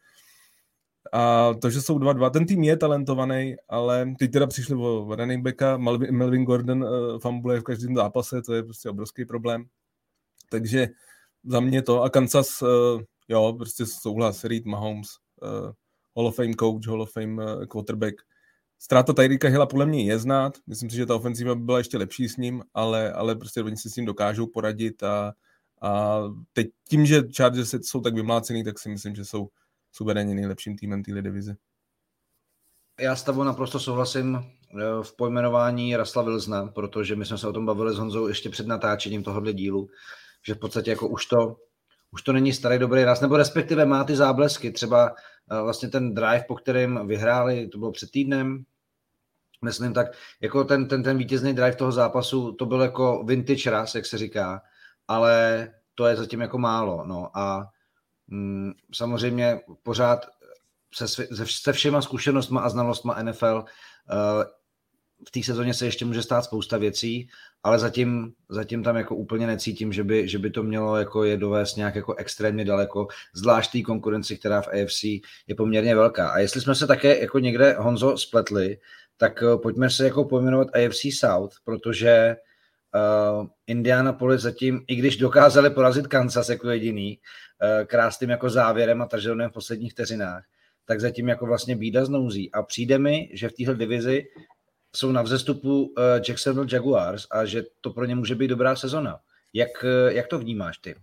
A to, že jsou 2-2, ten tým je talentovaný, ale teď teda přišli o running backa, Melvin Gordon fumble v každém zápase, to je prostě obrovský problém. Takže za mě to, a Kansas, jo, prostě souhlas, Reed Mahomes, Hall of Fame coach, Hall of Fame quarterback. Ztráta Tyreeka Hilla podle mě je znát, myslím si, že ta ofenziva by byla ještě lepší s ním, ale prostě oni si s ním dokážou poradit a teď tím, že Chargers jsou tak vymlácený, tak si myslím, že jsou suverénně nejlepším týmem téhle divize. Já s tebou naprosto souhlasím v pojmenování Russella Wilsona, protože my jsme se o tom bavili s Honzou ještě před natáčením tohohle dílu, že v podstatě jako už to není starý dobrý Russ, nebo respektive má ty záblesky, třeba vlastně ten drive, po kterém vyhráli, to bylo před týdnem, myslím tak, jako ten vítězný drive toho zápasu, to byl jako vintage Russ, jak se říká, ale to je zatím jako málo, no a samozřejmě pořád se všema zkušenostma a znalostma NFL v té sezóně se ještě může stát spousta věcí, ale zatím tam jako úplně necítím, že by to mělo jako je dovést nějak jako extrémně daleko, zvlášť té konkurenci, která v AFC je poměrně velká. A jestli jsme se také jako někde, Honzo, spletli, tak pojďme se jako pojmenovat AFC South, protože Indianapolis zatím, i když dokázali porazit Kansas jako jediný, krásným jako závěrem a touchdownem v posledních vteřinách, tak zatím jako vlastně bída znouzí. A přijde mi, že v téhle divizi jsou na vzestupu Jacksonville Jaguars a že to pro ně může být dobrá sezona. Jak to vnímáš ty?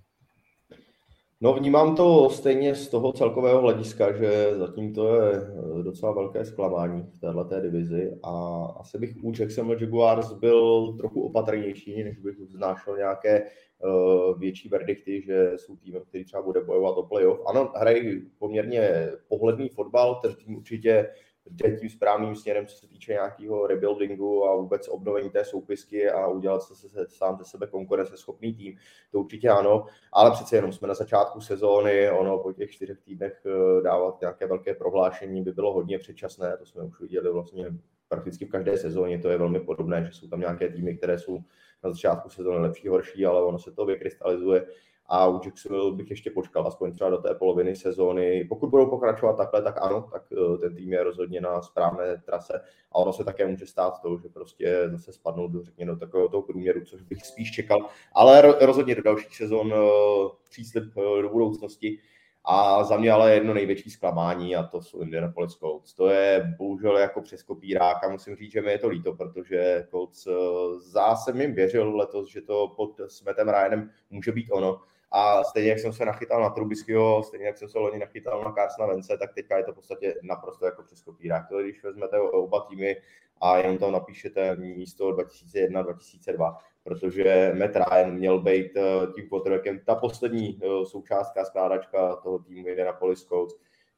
No, vnímám to stejně z toho celkového hlediska, že zatím to je docela velké zklamání v téhleté divizi a asi bych u Jacksonville Jaguars byl trochu opatrnější, než bych vznášel nějaké větší verdikty, že jsou týmem, který třeba bude bojovat o playoff. Ano, hrají poměrně pohledný fotbal, ten tým určitě jde tím správným směrem, co se týče nějakého rebuildingu a vůbec obnovení té soupisky a udělat sám ze sebe konkurenceschopný tým. To určitě ano, ale přece jenom jsme na začátku sezóny, po těch 4 týdnech dávat nějaké velké prohlášení by bylo hodně předčasné, to jsme už viděli vlastně prakticky v každé sezóně, to je velmi podobné, že jsou tam nějaké týmy, které jsou na začátku sezóny lepší, horší, ale ono se to vykrystalizuje. A u Jacksonville bych ještě počkal aspoň třeba do té poloviny sezóny. Pokud budou pokračovat takhle, tak ano, tak ten tým je rozhodně na správné trase a ono se také může stát to, že prostě zase spadnou do takového toho průměru, což bych spíš čekal, ale rozhodně do dalších sezon příslib do budoucnosti. A za mě ale jedno největší zklamání a to jsou Indianapolis Colts. To je bohužel jako přes kopírák a musím říct, že mi je to líto, protože Colts zase mi věřil letos, že to pod Smettem Ryanem může být ono. A stejně jak jsem se nachytal na Trubiskyho, stejně jak jsem se loni nachytal na Carsona Wentze, tak teďka je to v podstatě naprosto jako přes kopírák. To je, když vezmete oba týmy a jenom tam napíšete místo 2001-2002, protože Matt Ryan měl být tím quarterbackem ta poslední součástka, skládačka toho týmu Indianapolis Colts,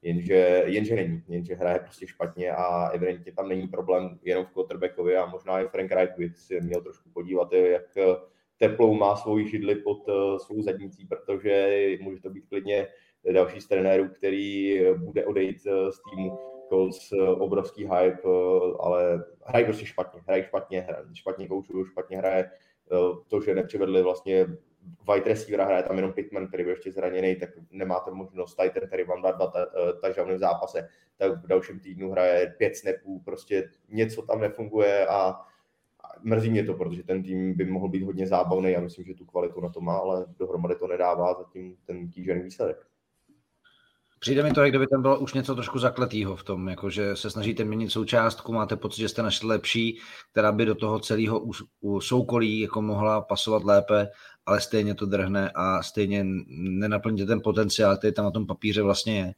jenže hraje prostě špatně a evidentně tam není problém jenom v quarterbackovi a možná i Frank Reich by si měl trošku podívat, jak teplou má svoji židli pod svou zadnicí, protože může to být klidně další z trenérů, který bude odejít z týmu. Colts obrovský hype, ale hrají prostě špatně koučují, špatně hraje. To, že nepřivedli vlastně wide receivera, hraje tam jenom Pittman, který byl ještě zraněný, tak nemáte možnost, tady ten, který vám dá 2 touchdowny v zápase, tak v dalším týdnu hraje 5 snapů, prostě něco tam nefunguje a mrzí mě to, protože ten tým by mohl být hodně zábavný a myslím, že tu kvalitu na to má, ale dohromady to nedává zatím ten kýžený výsledek. Přijde mi to, jak kdyby tam bylo už něco trošku zakletýho v tom, jakože se snažíte měnit součástku, máte pocit, že jste našli lepší, která by do toho celého soukolí jako mohla pasovat lépe, ale stejně to drhne a stejně nenaplníte ten potenciál, který tam na tom papíře vlastně je.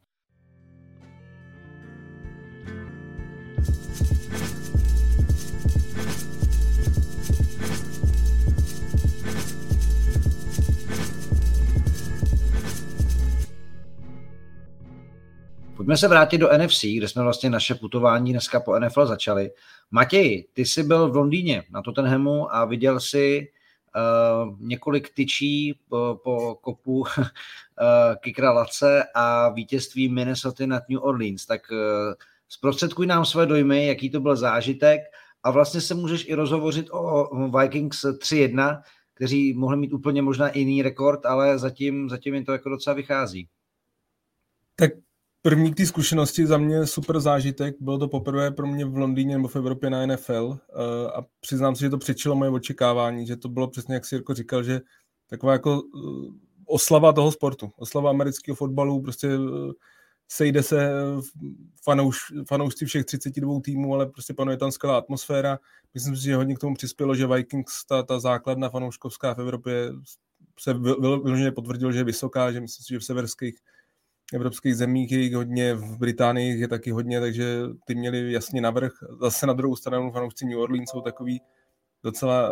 Pojďme se vrátit do NFC, kde jsme vlastně naše putování dneska po NFL začali. Matěj, ty jsi byl v Londýně na Tottenhamu a viděl jsi několik tyčí po kopu Kickera Lace a vítězství Minnesota nad New Orleans. Tak zprostředkuj nám své dojmy, jaký to byl zážitek a vlastně se můžeš i rozhovořit o Vikings 3-1, kteří mohli mít úplně možná jiný rekord, ale zatím jim to jako docela vychází. Tak první k té zkušenosti za mě super zážitek, bylo to poprvé pro mě v Londýně nebo v Evropě na NFL a přiznám se, že to přečilo moje očekávání, že to bylo přesně, jak si Jirko říkal, že taková jako oslava toho sportu, oslava amerického fotbalu, prostě sejde se fanoušci všech 32 týmů, ale prostě panuje tam skvělá atmosféra. Myslím si, že hodně k tomu přispělo, že Vikings, ta základna fanouškovská v Evropě se vyloženě potvrdilo, že je vysoká, že myslím si, že v severských evropských zemích je jich hodně, v Británii je taky hodně, takže ty měli jasně navrch. Zase na druhou stranu fanoušci New Orleans jsou takový docela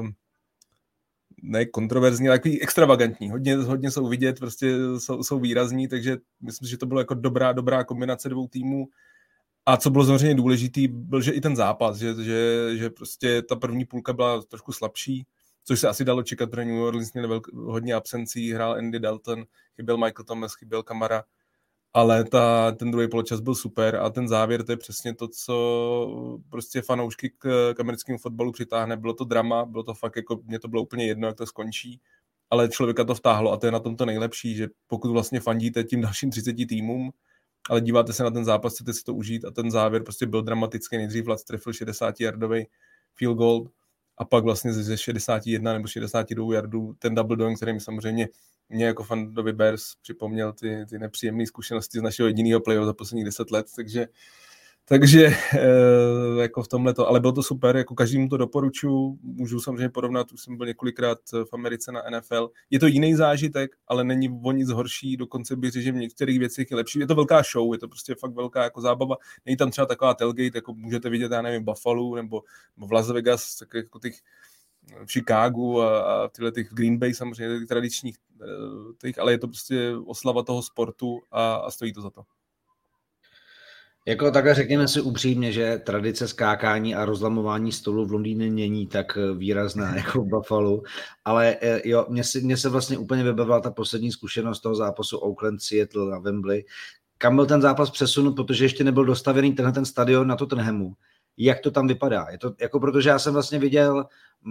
ne kontroverzní, ale takový extravagantní. Hodně jsou vidět, prostě jsou výrazní, takže myslím, že to bylo jako dobrá kombinace dvou týmů. A co bylo samozřejmě důležitý, byl, že i ten zápas, že prostě ta první půlka byla trošku slabší, což se asi dalo čekat, protože New Orleans měli hodně absencí, hrál Andy Dalton, chyběl Michael Thomas, chyběl Kamara, ale ten druhý poločas byl super a ten závěr, to je přesně to, co prostě fanoušky k americkému fotbalu přitáhne. Bylo to drama, bylo to fakt, jako mě to bylo úplně jedno, jak to skončí, ale člověka to vtáhlo a to je na tom to nejlepší, že pokud vlastně fandíte tím dalším 30 týmům, ale díváte se na ten zápas, chcete si to užít a ten závěr prostě byl dramatický, nejdřív Vlad trefil 60-yardový field goal, a pak vlastně ze 61 nebo 62 yardů ten double doink, který mi samozřejmě mě jako fandovi Bears připomněl ty nepříjemné zkušenosti z našeho jediného playoff za posledních 10 let, takže jako v tomhleto, ale bylo to super, jako každému to doporučuji, můžu samozřejmě porovnat, už jsem byl několikrát v Americe na NFL, je to jiný zážitek, ale není o nic horší, dokonce bych řekl, že v některých věcích je lepší, je to velká show, je to prostě fakt velká jako zábava, není tam třeba taková tailgate, jako můžete vidět, já nevím, Buffalo nebo v Las Vegas, tak jako těch v Chicagu a tyhle těch Green Bay samozřejmě, těch tradičních, ale je to prostě oslava toho sportu a stojí to za to. Jako takhle řekněme si upřímně, že tradice skákání a rozlamování stolu v Londýně není tak výrazná jako v Buffalo, ale jo, mně se vlastně úplně vybavila ta poslední zkušenost toho zápasu Oakland-Seattle na Wembley. Kam byl ten zápas přesunut, protože ještě nebyl dostavený ten stadion na Tottenhamu. Jak to tam vypadá? Je to, jako protože já jsem vlastně viděl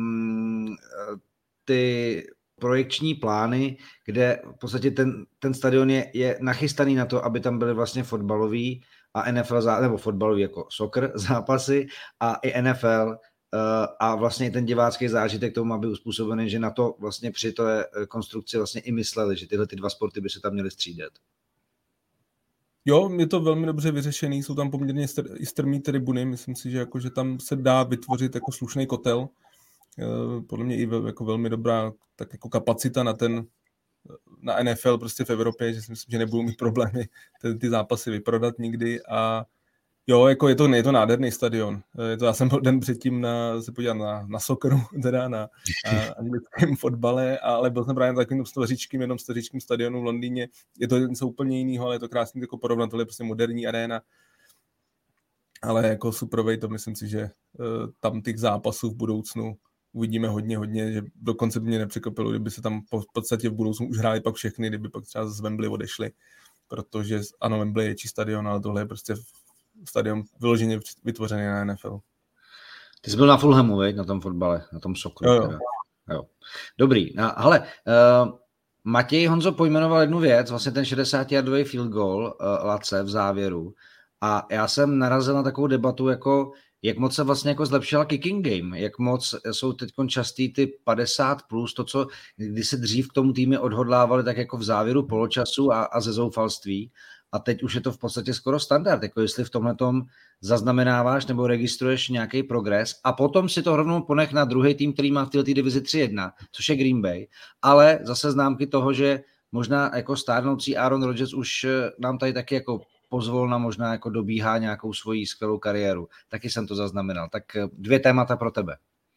ty projekční plány, kde v podstatě ten stadion je nachystaný na to, aby tam byly vlastně fotbalový a NFL, nebo fotbalový jako soccer zápasy a i NFL a vlastně ten divácký zážitek tomu má být uspůsobený, že na to vlastně při té konstrukci vlastně i mysleli, že tyhle ty dva sporty by se tam měly střídat. Jo, je to velmi dobře vyřešený, jsou tam poměrně strmý tribuny, myslím si, že tam se dá vytvořit jako slušný kotel. Podle mě i jako velmi dobrá tak jako kapacita na NFL prostě v Evropě, že si myslím, že nebudou mít problémy ty zápasy vyprodat nikdy a jo, jako je to nádherný stadion. Já jsem byl den předtím se podívat na socceru, teda na anglickém fotbale, ale byl jsem právě na takovým stařičkým stadionu v Londýně. Je to něco úplně jiného, ale je to krásný jako porovnat, to je prostě moderní aréna. Ale jako superovej to myslím si, že tam těch zápasů v budoucnu uvidíme hodně, že dokonce by mě nepřekvapilo, kdyby se tam v podstatě v budoucnu už hráli pak všechny, kdyby pak třeba z Wembley odešli, protože ano, Wembley je čistý stadion, ale tohle je prostě stadion vyloženě vytvořený na NFL. Ty jsi byl na Fulhamu, veď, na tom fotbale, na tom socceru. Jo. Dobrý. Hele, Matěj Honzo pojmenoval jednu věc, vlastně ten 60-yardový field goal Lace v závěru a já jsem narazil na takovou debatu, jako jak moc se vlastně jako zlepšila kicking game, jak moc jsou teď častý ty 50+, to, co když se dřív k tomu týmy odhodlávali tak jako v závěru poločasu a ze zoufalství. a teď už je to v podstatě skoro standard, jako jestli v tomhletom zaznamenáváš nebo registruješ nějaký progres a potom si to rovnou ponech na druhý tým, který má v této divizi 3-1, což je Green Bay, ale zase známky toho, že možná jako stárnoucí Aaron Rodgers už nám tady taky jako pozvolna možná jako dobíhá nějakou svoji skvělou kariéru. Taky jsem to zaznamenal. Tak 2 témata pro tebe.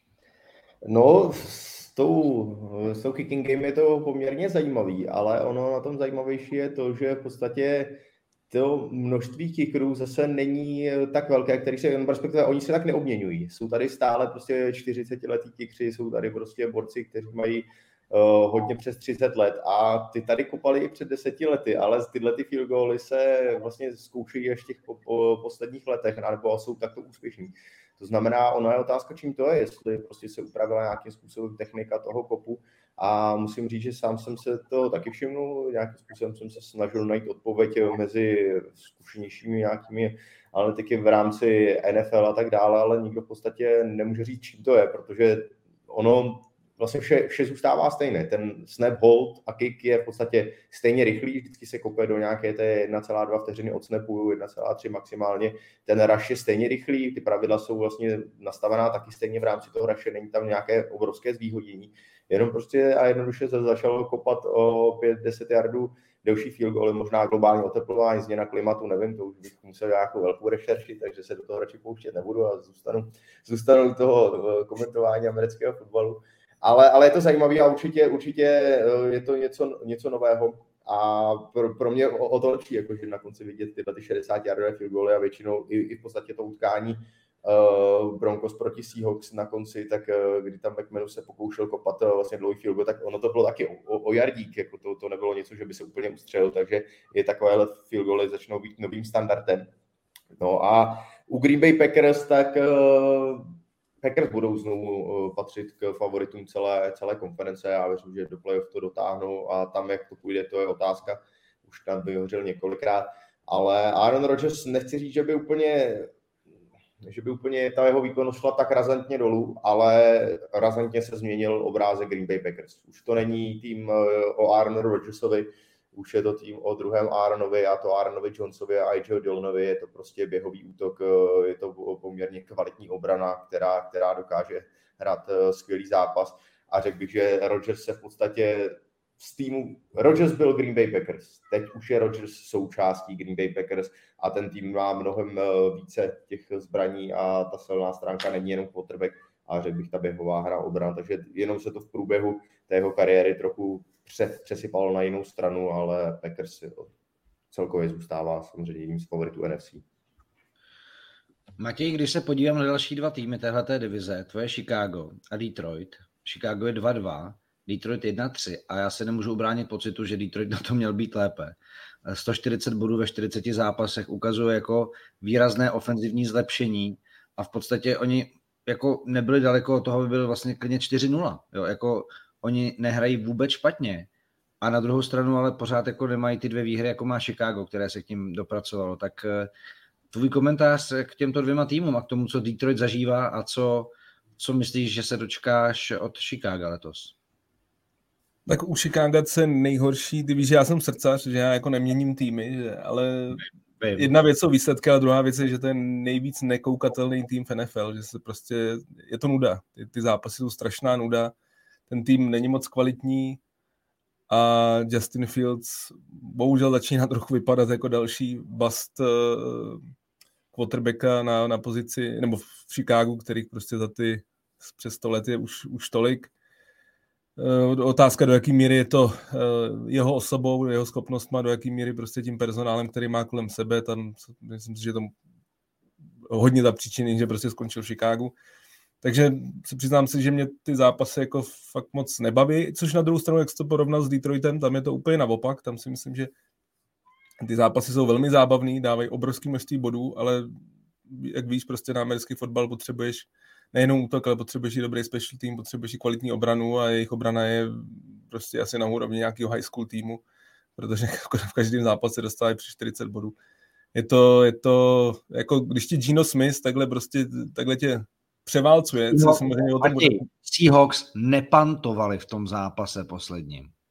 No, s tou kicking game je to poměrně zajímavý, ale ono na tom zajímavější je to, že v podstatě to množství kickerů zase není tak velké, který se, respektive oni se tak neobměňují. Jsou tady stále prostě 40letí kickři, jsou tady prostě borci, kteří mají hodně přes 30 let a ty tady kopali i před 10 lety, ale tyhle ty field goaly se vlastně zkoušejí ještě v posledních letech nebo jsou takto úspěšní. To znamená, ona je otázka, čím to je, jestli prostě se upravila nějakým způsobem technika toho kopu a musím říct, že sám jsem se to taky všimnul, nějakým způsobem jsem se snažil najít odpověď mezi zkušenějšími nějakými analytiky v rámci NFL a tak dále, ale nikdo v podstatě nemůže říct, čím to je, protože ono vlastně vše zůstává stejné. Ten snap, hold a kick je v podstatě stejně rychlý, vždycky se kope do nějaké té 1,2 vteřiny od snapu, 1,3 maximálně. Ten rush je stejně rychlý, ty pravidla jsou vlastně nastavená taky stejně v rámci toho rushe, není tam nějaké obrovské zvýhodnění. Jenom prostě a jednoduše se začalo kopat o 5-10 yardů delší field goal, možná globální oteplování, změna klimatu, nevím, to už bych musel nějakou velkou rešerši, takže se do toho radši pouštět nebudu a zůstanu u toho komentování amerického fotbalu. Ale je to zajímavé a určitě je to něco nového a pro mě o to lepší, jakože na konci vidět tyhle 60-yardové field goaly a většinou i v podstatě to utkání Broncos proti Seahawks na konci, tak kdy tam McManus se pokoušel kopat vlastně dlouhý field goal, tak ono to bylo taky o yardík, jako to nebylo něco, že by se úplně ustřelil, takže je takovéhle field goaly začnou být novým standardem. No a u Green Bay Packers, tak Packers budou znovu patřit k favoritům celé konference. Já věřím, že do playoff to dotáhnou a tam, jak to půjde, to je otázka. Už tam by hořel několikrát. Ale Aaron Rodgers, nechci říct, že by úplně ta jeho výkonnost šla tak razantně dolů, ale razantně se změnil obrázek Green Bay Packers. Už to není tým o Aaronu Rodgersovi, už je to tým o druhém Aaronovi, a to Aaronovi Jonesovi a AJ Dillanovi, je to prostě běhový útok, je to poměrně kvalitní obrana, která dokáže hrát skvělý zápas a řekl bych, že Rodgers se v podstatě z týmu, Rodgers byl Green Bay Packers, teď už je Rodgers součástí Green Bay Packers a ten tým má mnohem více těch zbraní a ta silná stránka není jenom quarterback, a řekl bych ta běhová hra obrana, takže jenom se to v průběhu té jeho kariéry trochu přesypalo na jinou stranu, ale Packers celkově zůstává samozřejmě jedním z favoritů NFC. Matěj, když se podívám na další 2 týmy téhleté divize, tvoje Chicago a Detroit, Chicago je 2-2, Detroit 1-3 a já se nemůžu ubránit pocitu, že Detroit na to měl být lépe. 140 bodů ve 40 zápasech ukazuje jako výrazné ofenzivní zlepšení a v podstatě oni jako nebyli daleko od toho, by byl vlastně klidně 4-0. Jo, jako oni nehrají vůbec špatně. A na druhou stranu ale pořád jako nemají ty 2 výhry, jako má Chicago, které se k tím dopracovalo. Tak tvůj komentář k těmto 2 týmům a k tomu, co Detroit zažívá a co myslíš, že se dočkáš od Chicaga letos? Tak u Chicaga se nejhorší, ty víš, že já jsem srdcař, že já jako neměním týmy, ale jedna věc jsou výsledky, a druhá věc je, že to je nejvíc nekoukatelný tým v NFL, že se prostě, je to nuda. Ty zápasy jsou strašná nuda, ten tým není moc kvalitní a Justin Fields bohužel začíná trochu vypadat jako další bust quarterbacka na pozici, nebo v Chicagu, kterých prostě za ty přes 100 let je už tolik. Otázka, do jaký míry je to jeho osobou, jeho schopnostma, do jaký míry prostě tím personálem, který má kolem sebe, tam myslím si, že to hodně zapříčiněný, že prostě skončil v Chicagu. Takže se přiznám si, že mě ty zápasy jako fakt moc nebaví, což na druhou stranu, jak jsi to porovnal s Detroitem, tam je to úplně naopak, tam si myslím, že ty zápasy jsou velmi zábavný, dávají obrovský množství bodů, ale jak víš, prostě na americký fotbal potřebuješ nejenom útok, ale potřebuješ i dobrý special team, potřebuješ i kvalitní obranu a jejich obrana je prostě asi na úrovni nějakého high school týmu, protože v každém zápase dostávají přes 40 bodů. Je to jako když ti Geno Smith takhle tě převálcuje. Seahawks nepantovali v tom zápase posledním.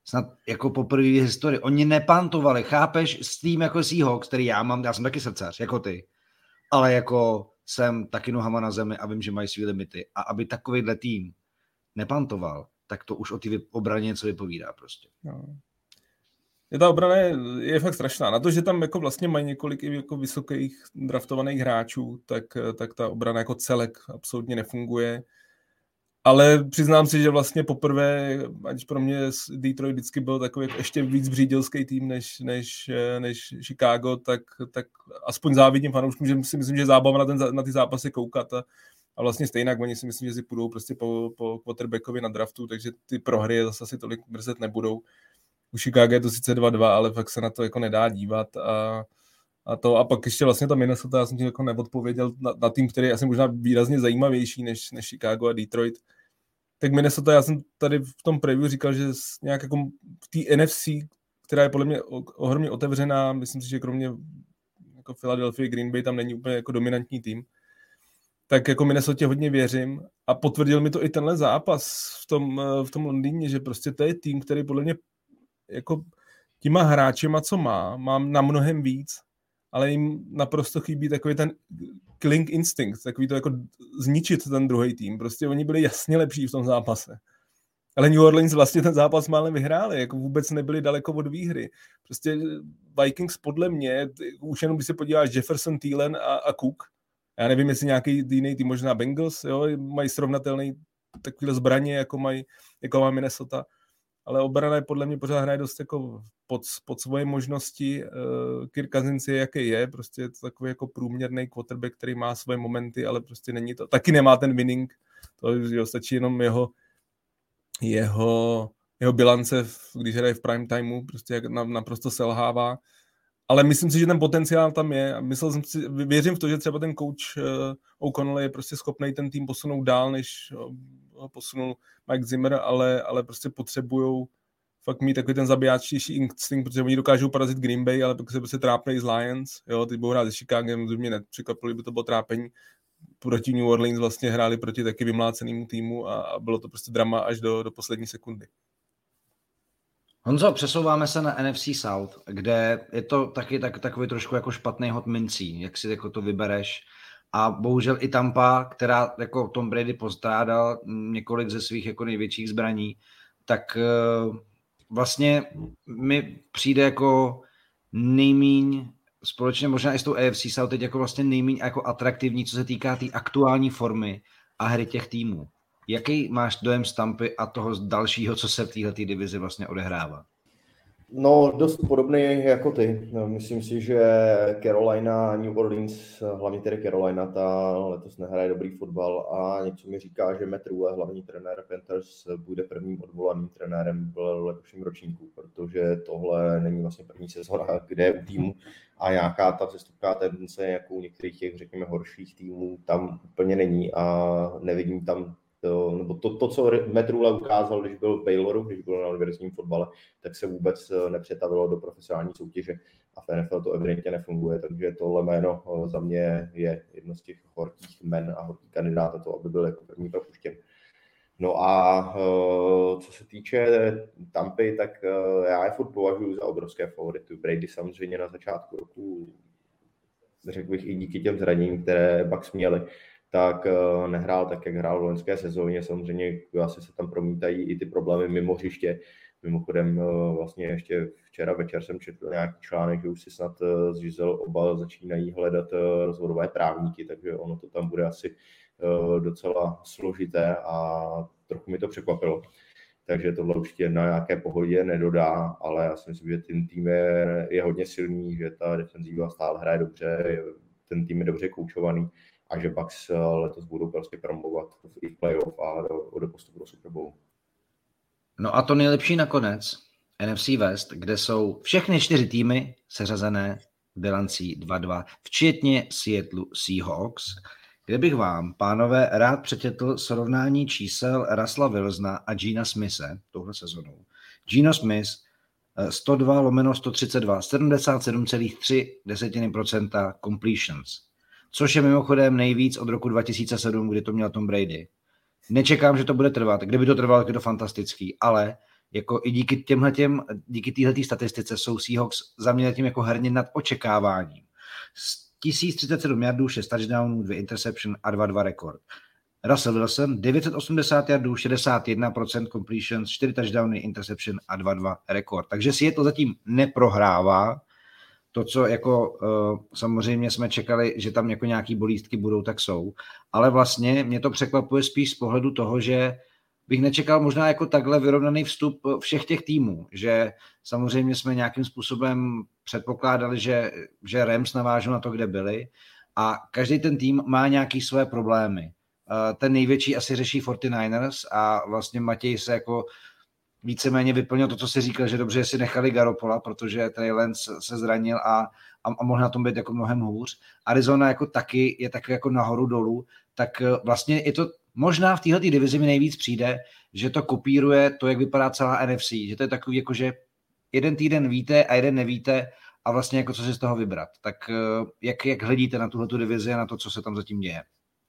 snad jako poprvé v historii. Oni nepantovali, chápeš, s tím jako Seahawks, který já jsem taky srdcař, jako ty, ale jako jsem taky nohama na zemi a vím, že mají svý limity. A aby takovýhle tým nepantoval, tak to už o té obraně něco vypovídá prostě. No. Ta obrana je fakt strašná. Na to, že tam jako vlastně mají několik jako vysokých draftovaných hráčů, tak ta obrana jako celek absolutně nefunguje. Ale přiznám si, že vlastně poprvé, ať pro mě Detroit vždycky byl takový ještě víc břídilský tým než Chicago, tak aspoň závidím fanouškům, že si myslím, že zábava na ty zápasy koukat a vlastně stejně, oni si myslím, že si půjdou prostě po quarterbackovi na draftu, takže ty prohry zase asi tolik mrzet nebudou. U Chicago je to sice 2-2, ale fakt se na to jako nedá dívat a pak ještě vlastně ta Minnesota, já jsem ti jako neodpověděl na tým, který je asi možná výrazně zajímavější než Chicago a Detroit. Tak Minnesota, já jsem tady v tom preview říkal, že nějak jako v té NFC, která je podle mě ohromně otevřená, myslím si, že kromě jako Philadelphia, Green Bay tam není úplně jako dominantní tým, tak jako Minnesota hodně věřím a potvrdil mi to i tenhle zápas v tom Londýně, že prostě to je tým, který podle mě jako těma hráčema, co mám na mnohem víc, ale jim naprosto chybí takový ten killing instinct, takový to jako zničit ten druhý tým. Prostě oni byli jasně lepší v tom zápase. Ale New Orleans vlastně ten zápas málem vyhráli, jako vůbec nebyli daleko od výhry. Prostě Vikings podle mě, už jenom když se podíváš Jefferson, Thielen a Cook, já nevím, jestli nějaký jiný tým, možná Bengals, jo, mají srovnatelný takovýhle zbraně, jako má Minnesota, ale obrana je podle mě pořád hraje dost jako pod svoje možnosti. Kirk Cousins je, jaký je, prostě je to takový jako průměrný quarterback, který má svoje momenty, ale prostě není to, taky nemá ten winning, to stačí jenom jeho bilance, když hraje v prime timeu, prostě jak naprosto selhává. Ale myslím si, že ten potenciál tam je. Věřím v to, že třeba ten coach O'Connell je prostě schopný ten tým posunout dál, než ho posunul Mike Zimmer, ale prostě potřebujou fakt mít takový ten zabijáčtější instinkt, protože oni dokážou porazit Green Bay, ale pak se prostě trápnej z Lions, jo, teď budou hrát se Chicagem, mě nepřekvapilo, by to bylo trápení. Proti New Orleans vlastně hráli proti taky vymlácenému týmu a bylo to prostě drama až do poslední sekundy. Honzo, přesouváme se na NFC South, kde je to taky takový trošku jako špatný hod mincí, jak si jako to vybereš. A bohužel i Tampa, která jako Tom Brady postrádal několik ze svých jako největších zbraní, tak vlastně mi přijde jako nejmíň, společně možná i s tou AFC South, teď jako vlastně nejmíň jako atraktivní, co se týká té aktuální formy a hry těch týmů. Jaký máš dojem z Tampy a toho dalšího, co se v této divizi vlastně odehrává? No, dost podobný jako ty. Myslím si, že Carolina, New Orleans, hlavně tedy Carolina, ta letos nehraje dobrý fotbal a něco mi říká, že Matt Rhule, hlavní trenér Panthers, bude prvním odvolaným trenérem v letošním ročníku, protože tohle není vlastně první sezóna, kde je u týmu a nějaká ta přestupná tendence, jako u některých těch, řekněme, horších týmů, tam úplně není a nevidím tam nebo to, co Matt Rhule ukázal, když byl v Bayloru, když byl na univerzitním fotbale, tak se vůbec nepřetavilo do profesionální soutěže a v NFL to evidentně nefunguje, takže tohle jméno za mě je jedno z těch horkých men a horkých kandidátů to, aby byl jako první propuštěn. No a co se týče Tampy, tak já je furt považuji za obrovské favority. Brady samozřejmě na začátku roku, řekl bych i díky těm zraněním, které Bucks měli, tak nehrál tak, jak hrál v loňské sezóně. Samozřejmě asi se tam promítají i ty problémy mimo hřiště. Mimochodem vlastně ještě včera večer jsem četl nějaký článek, že už si snad z Giselle oba začínají hledat rozvodové právníky, takže ono to tam bude asi docela složité a trochu mi to překvapilo. Takže tohle určitě na nějaké pohodě nedodá, ale já si myslím, že ten tým je hodně silný, že ta defenzíva stále hraje dobře, ten tým je dobře koučovaný a že Bucks letos budou prostě promovat i v playoff a do postupu do Super Bowlu. No a to nejlepší nakonec, NFC West, kde jsou všechny 4 týmy seřazené bilancí 2-2, včetně Seattle Seahawks, kde bych vám, pánové, rád přečetl srovnání čísel Russella Wilsona a Gena Smithe touhle sezonou. Geno Smith 102/132, 77,3% completions, což je mimochodem nejvíc od roku 2007, kdy to měl Tom Brady. Nečekám, že to bude trvat. Kdyby to trvalo, tak je to fantastický, ale jako i díky téhletý statistice jsou Seahawks za mě tím jako herně nad očekáváním. 1037 yardů, 6 touchdownů, 2 interception a 2-2 rekord. Russell Wilson, 980 yardů, 61% completions, 4 touchdowny, interception a 2-2 rekord. Takže Seattle zatím neprohrává. To, co jako samozřejmě jsme čekali, že tam jako nějaký bolístky budou, tak jsou. Ale vlastně mě to překvapuje spíš z pohledu toho, že bych nečekal možná jako takhle vyrovnaný vstup všech těch týmů, že samozřejmě jsme nějakým způsobem předpokládali, že Rams navážou na to, kde byli a každý ten tým má nějaký své problémy. Ten největší asi řeší 49ers a vlastně Matěj se jako víceméně vyplnil to, co si říkal, že dobře, že si nechali Garopola, protože Trey Lance se zranil a mohl na tom být jako mnohem hůř. Arizona jako taky je taky jako nahoru dolů, tak vlastně je to možná v téhleté divizi mi nejvíc přijde, že to kopíruje to, jak vypadá celá NFC, že to je takový jako, že jeden týden víte a jeden nevíte a vlastně jako co si z toho vybrat. Tak jak hledíte na tuhletu divizi a na to, co se tam zatím děje?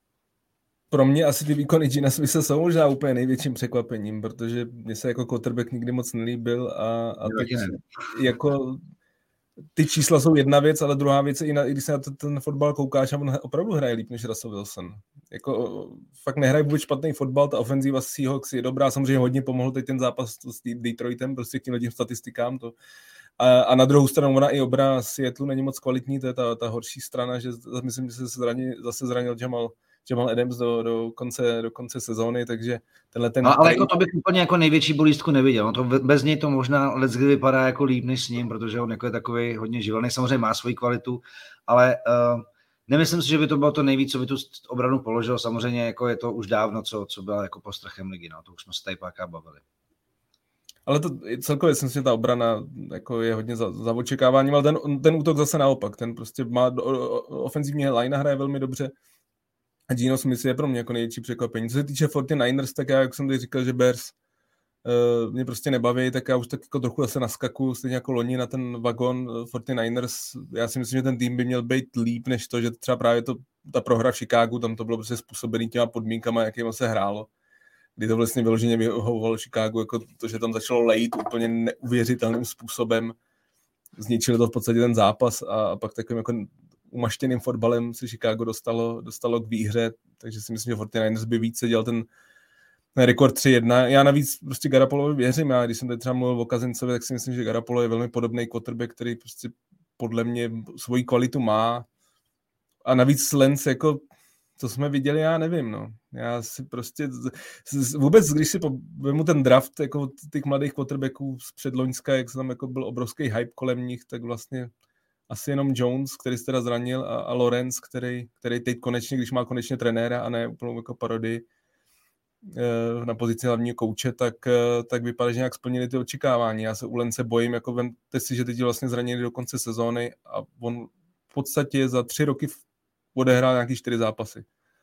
Pro mě asi ty výkony Gina Smitha jsou možná úplně největším překvapením, protože mě se jako quarterback nikdy moc nelíbil a teď jako ty čísla jsou jedna věc, ale druhá věc je, i když se na ten fotbal koukáš, a on opravdu hraje líp než Russell Wilson. Jako fakt nehraje vůbec špatný fotbal, ta ofenzíva Seahawks je dobrá, samozřejmě hodně pomohl teď ten zápas s Detroitem, prostě k těmhle statistikám to. A na druhou stranu ona i obrana Seattle není moc kvalitní, to je ta horší strana, že myslím, že se zase zranil Jamal Adams do konce sezóny, takže tenhle ten... Ale jako to bych úplně jako největší bolístku neviděl. To bez něj to možná leckdy vypadá jako líp než s ním, protože on jako je takový hodně živelný, samozřejmě má svoji kvalitu, ale nemyslím si, že by to bylo to nejvíc, co by tu obranu položil. Samozřejmě jako je to už dávno, co byla jako postrachem ligy, no, to už jsme se tady párkrát bavili. Ale to celkově si myslím, že ta obrana jako je hodně za očekáváním, ale ten útok zase naopak, ten prostě má ofenzivní line hraje velmi dobře. A Geno Smith je pro mě jako největší překvapení. Co se týče 49ers, tak já, jak jsem tady říkal, že Bears mě prostě nebaví, tak já už tak jako trochu zase naskakuju, stejně jako loni na ten vagon 49ers. Já si myslím, že ten tým by měl být líp, než to, že třeba právě ta prohra v Chicagu, tam to bylo prostě způsobený těma podmínkama, jakýma se hrálo. Kdy to vlastně vyloženě vyhovovalo Chicagu, jako to, že tam začalo lejt úplně neuvěřitelným způsobem. Zničili to v podstatě ten zápas a pak takovým jako umaštěným fotbalem se Chicago dostalo k výhře, takže si myslím, že 49ers by více dělal ten rekord 3-1. Já navíc prostě Garoppolovi věřím, já když jsem tady třeba mluvil o Cousinsovi, tak si myslím, že Garoppolo je velmi podobný quarterback, který prostě podle mě svoji kvalitu má a navíc Lance jako co jsme viděli, já nevím, no. Já si prostě vůbec, když si vemu ten draft jako těch mladých quarterbacků z předloňska, jak se tam jako byl obrovský hype kolem nich, tak vlastně asi jenom Jones, který se teda zranil a Lawrence, který teď konečně, když má konečně trenéra a ne úplnou jako parodii na pozici hlavního kouče, tak vypadá, že nějak splnili ty očekávání. Já se u Lance bojím, jako vemte si, že teď je vlastně zranili do konce sezóny a on v podstatě za 3 roky odehrál nějaký 4 zápasy.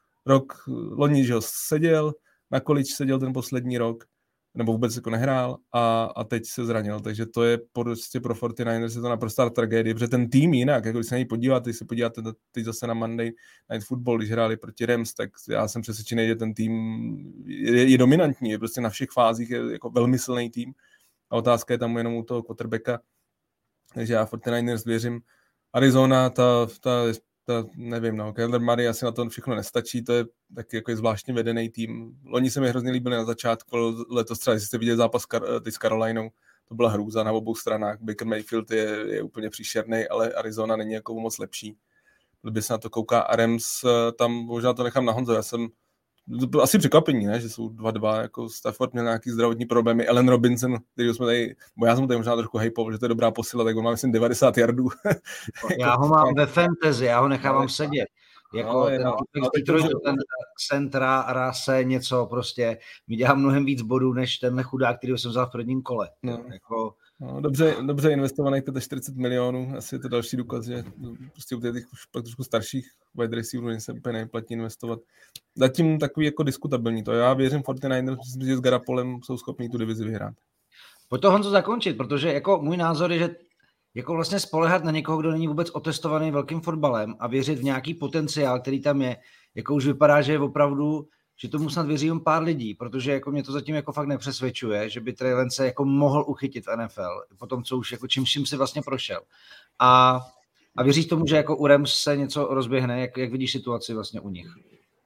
Loni, že ho seděl, na college seděl ten poslední rok, nebo vůbec jako nehrál a teď se zranil, takže to je prostě pro 49ers je to naprostá tragédie, protože ten tým jinak, jako když se na něj podíváte, když se podíváte teď zase na Monday Night Football, když hráli proti Rams, tak já jsem přesvědčený, že ten tým je dominantní, je prostě na všech fázích je jako velmi silný tým a otázka je tam jenom u toho quarterbacka, takže já 49ers věřím. Arizona, ta nevím, no, Kyler Murray asi na to všechno nestačí, to je taky jako zvláštně vedený tým. Loni se mi hrozně líbili na začátku, letos třeba, jestli jste viděli zápas s Carolinou, to byla hrůza na obou stranách, Baker Mayfield je úplně příšerný, ale Arizona není jako moc lepší. Kdyby se na to kouká a Rams, tam možná to nechám na Honzo, já jsem asi překvapení, ne? Že jsou 2-2, jako Stafford měl nějaký zdravotní problémy, Allen Robinson, který jsme tady, bo já jsem tady možná trošku hypoval, že to je dobrá posila, tak on má myslím 90 yardů. Já ho mám ve fantasy, já ho nechávám sedět. Jako ten centra, rase, něco prostě, mi dělá mnohem víc bodů, než tenhle chudák, který jsem vzal v prvním kole. No. Jako... No, dobře investovaných 40 milionů, asi je to další důkaz, že prostě u těch už pak trošku starších wide receiverů se úplně neplatí investovat. Zatím takový jako diskutabilní to. Já věřím 49ers, myslím, že s Garapolem jsou schopní tu divizi vyhrát. Pojď to, Honzo, zakončit, protože jako můj názor je, že jako vlastně spoléhat na někoho, kdo není vůbec otestovaný velkým fotbalem a věřit v nějaký potenciál, který tam je, jako už vypadá, že je opravdu že tomu snad věří jen pár lidí, protože jako mě to zatím jako fakt nepřesvědčuje, že by Trey Lance se jako mohl uchytit v NFL, po tom, co už jako čím si vlastně prošel. A věříš tomu, že jako u Rams se něco rozběhne, jak vidíš situaci vlastně u nich?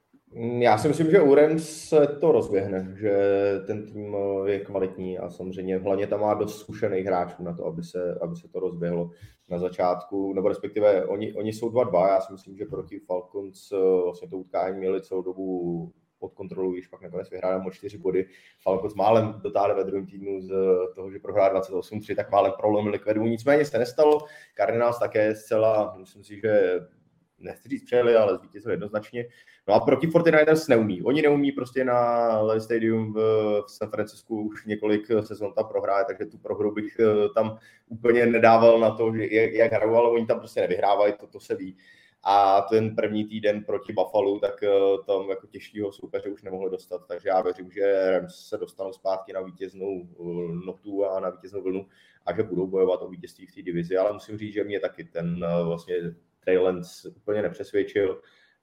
Já si myslím, že u Rams se to rozběhne, že ten tým je kvalitní a samozřejmě hlavně tam má dost zkušených hráčů na to, aby se to rozběhlo na začátku, nebo respektive oni jsou 2-2, já si myslím, že proti Falcons vlastně to utkání měli celou dobu pod kontrolou, když pak nakonec vyhráli o 4 body. Falcons málem dotáhli ve druhém týdnu z toho, že prohráli 28-3, tak málem prolomili kvedu, nicméně se nestalo. Cardinals také zcela, myslím si, že nechci říct přijeli, ale zvítězili jednoznačně. No a proti 49ers neumí. Oni neumí prostě na Levi's Stadium v San Francisku už několik sezon tam prohrát, takže tu prohru bych tam úplně nedával na to, že jak hrajou, ale oni tam prostě nevyhrávají, to se ví. A ten první týden proti Buffalo, tak tam jako těžkýho soupeře už nemohli dostat, takže já věřím, že Rams se dostanou zpátky na vítěznou notu a na vítěznou vlnu a že budou bojovat o vítězství v té divizi, ale musím říct, že mě taky ten vlastně Trey Lance úplně nepřesvědčil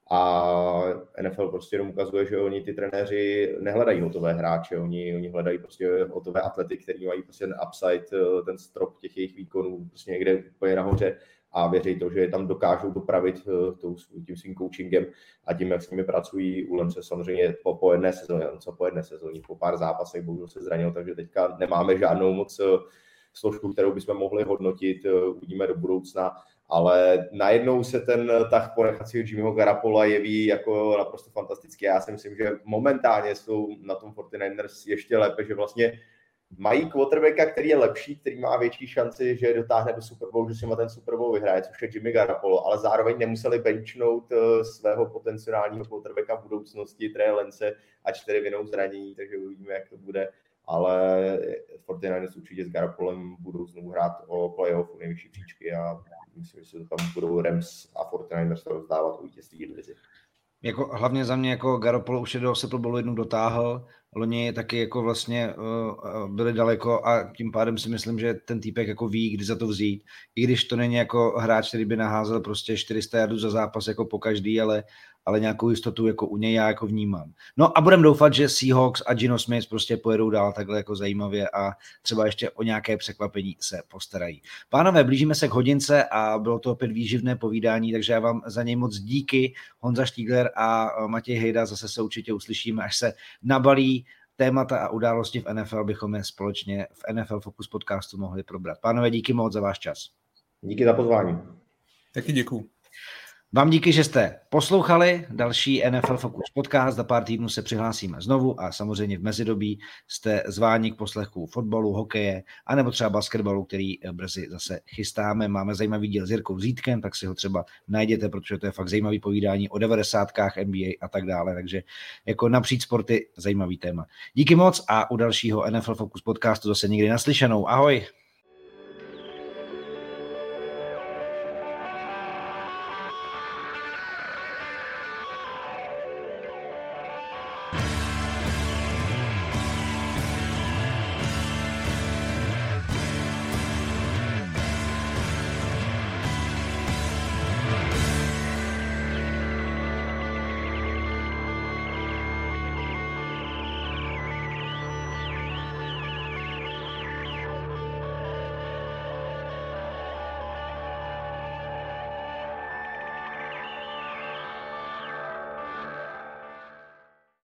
a NFL prostě jenom ukazuje, že oni ty trenéři nehledají hotové hráče, oni hledají prostě hotové atlety, kteří mají prostě ten upside, ten strop těch jejich výkonů prostě někde úplně nahoře a věří to, že je tam dokážou dopravit tím svým coachingem a tím, jak s nimi pracují. U Lance samozřejmě po jedné sezóně, po pár zápasech bohužel se zranil, takže teďka nemáme žádnou moc složku, kterou bychom mohli hodnotit, uvidíme do budoucna, ale najednou se ten tah ponechacího Jimmyho Garoppoloa jeví jako naprosto fantastický. Já si myslím, že momentálně jsou na tom 49ers ještě lépe, že vlastně mají quarterbacka, který je lepší, který má větší šanci, že dotáhne do Super Bowlu, že si má ten Super Bowl vyhraje, což je Jimmy Garoppolo, ale zároveň nemuseli benchnout svého potenciálního quarterbacka v budoucnosti, Trey Lance a 4 vinou zranění, takže uvidíme, jak to bude. Ale 49ers určitě s Garoppolem budou znovu hrát o playoff, nejvyšší příčky a myslím, že se to tam budou Rams a 49ers rozdávat o vítězství divizi. Jako hlavně za mě jako Garoppolo už je do Super Bowlu jednou dotáhl, loni taky jako vlastně byli daleko a tím pádem si myslím, že ten týpek jako ví, kdy za to vzít. I když to není jako hráč, který by naházel prostě 400 yardů za zápas jako po každý, ale nějakou jistotu jako u něj já jako vnímám. No a budem doufat, že Seahawks a Geno Smith prostě pojedou dál takhle jako zajímavě a třeba ještě o nějaké překvapení se postarají. Pánové, blížíme se k hodince a bylo to opět výživné povídání, takže já vám za něj moc díky. Honza Štígler a Matěj Hejda, zase se určitě uslyšíme, až se nabalí témata a události v NFL, bychom je společně v NFL Focus podcastu mohli probrat. Pánové, díky moc za váš čas. Díky za pozvání. Taky děkuju. Vám díky, že jste poslouchali další NFL Focus podcast. Za pár týdnů se přihlásíme znovu a samozřejmě v mezidobí jste zváni k poslechu fotbalu, hokeje anebo třeba basketbalu, který brzy zase chystáme. Máme zajímavý díl s Jirkou Zítkem, tak si ho třeba najděte, protože to je fakt zajímavý povídání o 90kách, NBA a tak dále. Takže jako napříč sporty zajímavý téma. Díky moc a u dalšího NFL Focus podcastu zase někdy naslyšenou. Ahoj!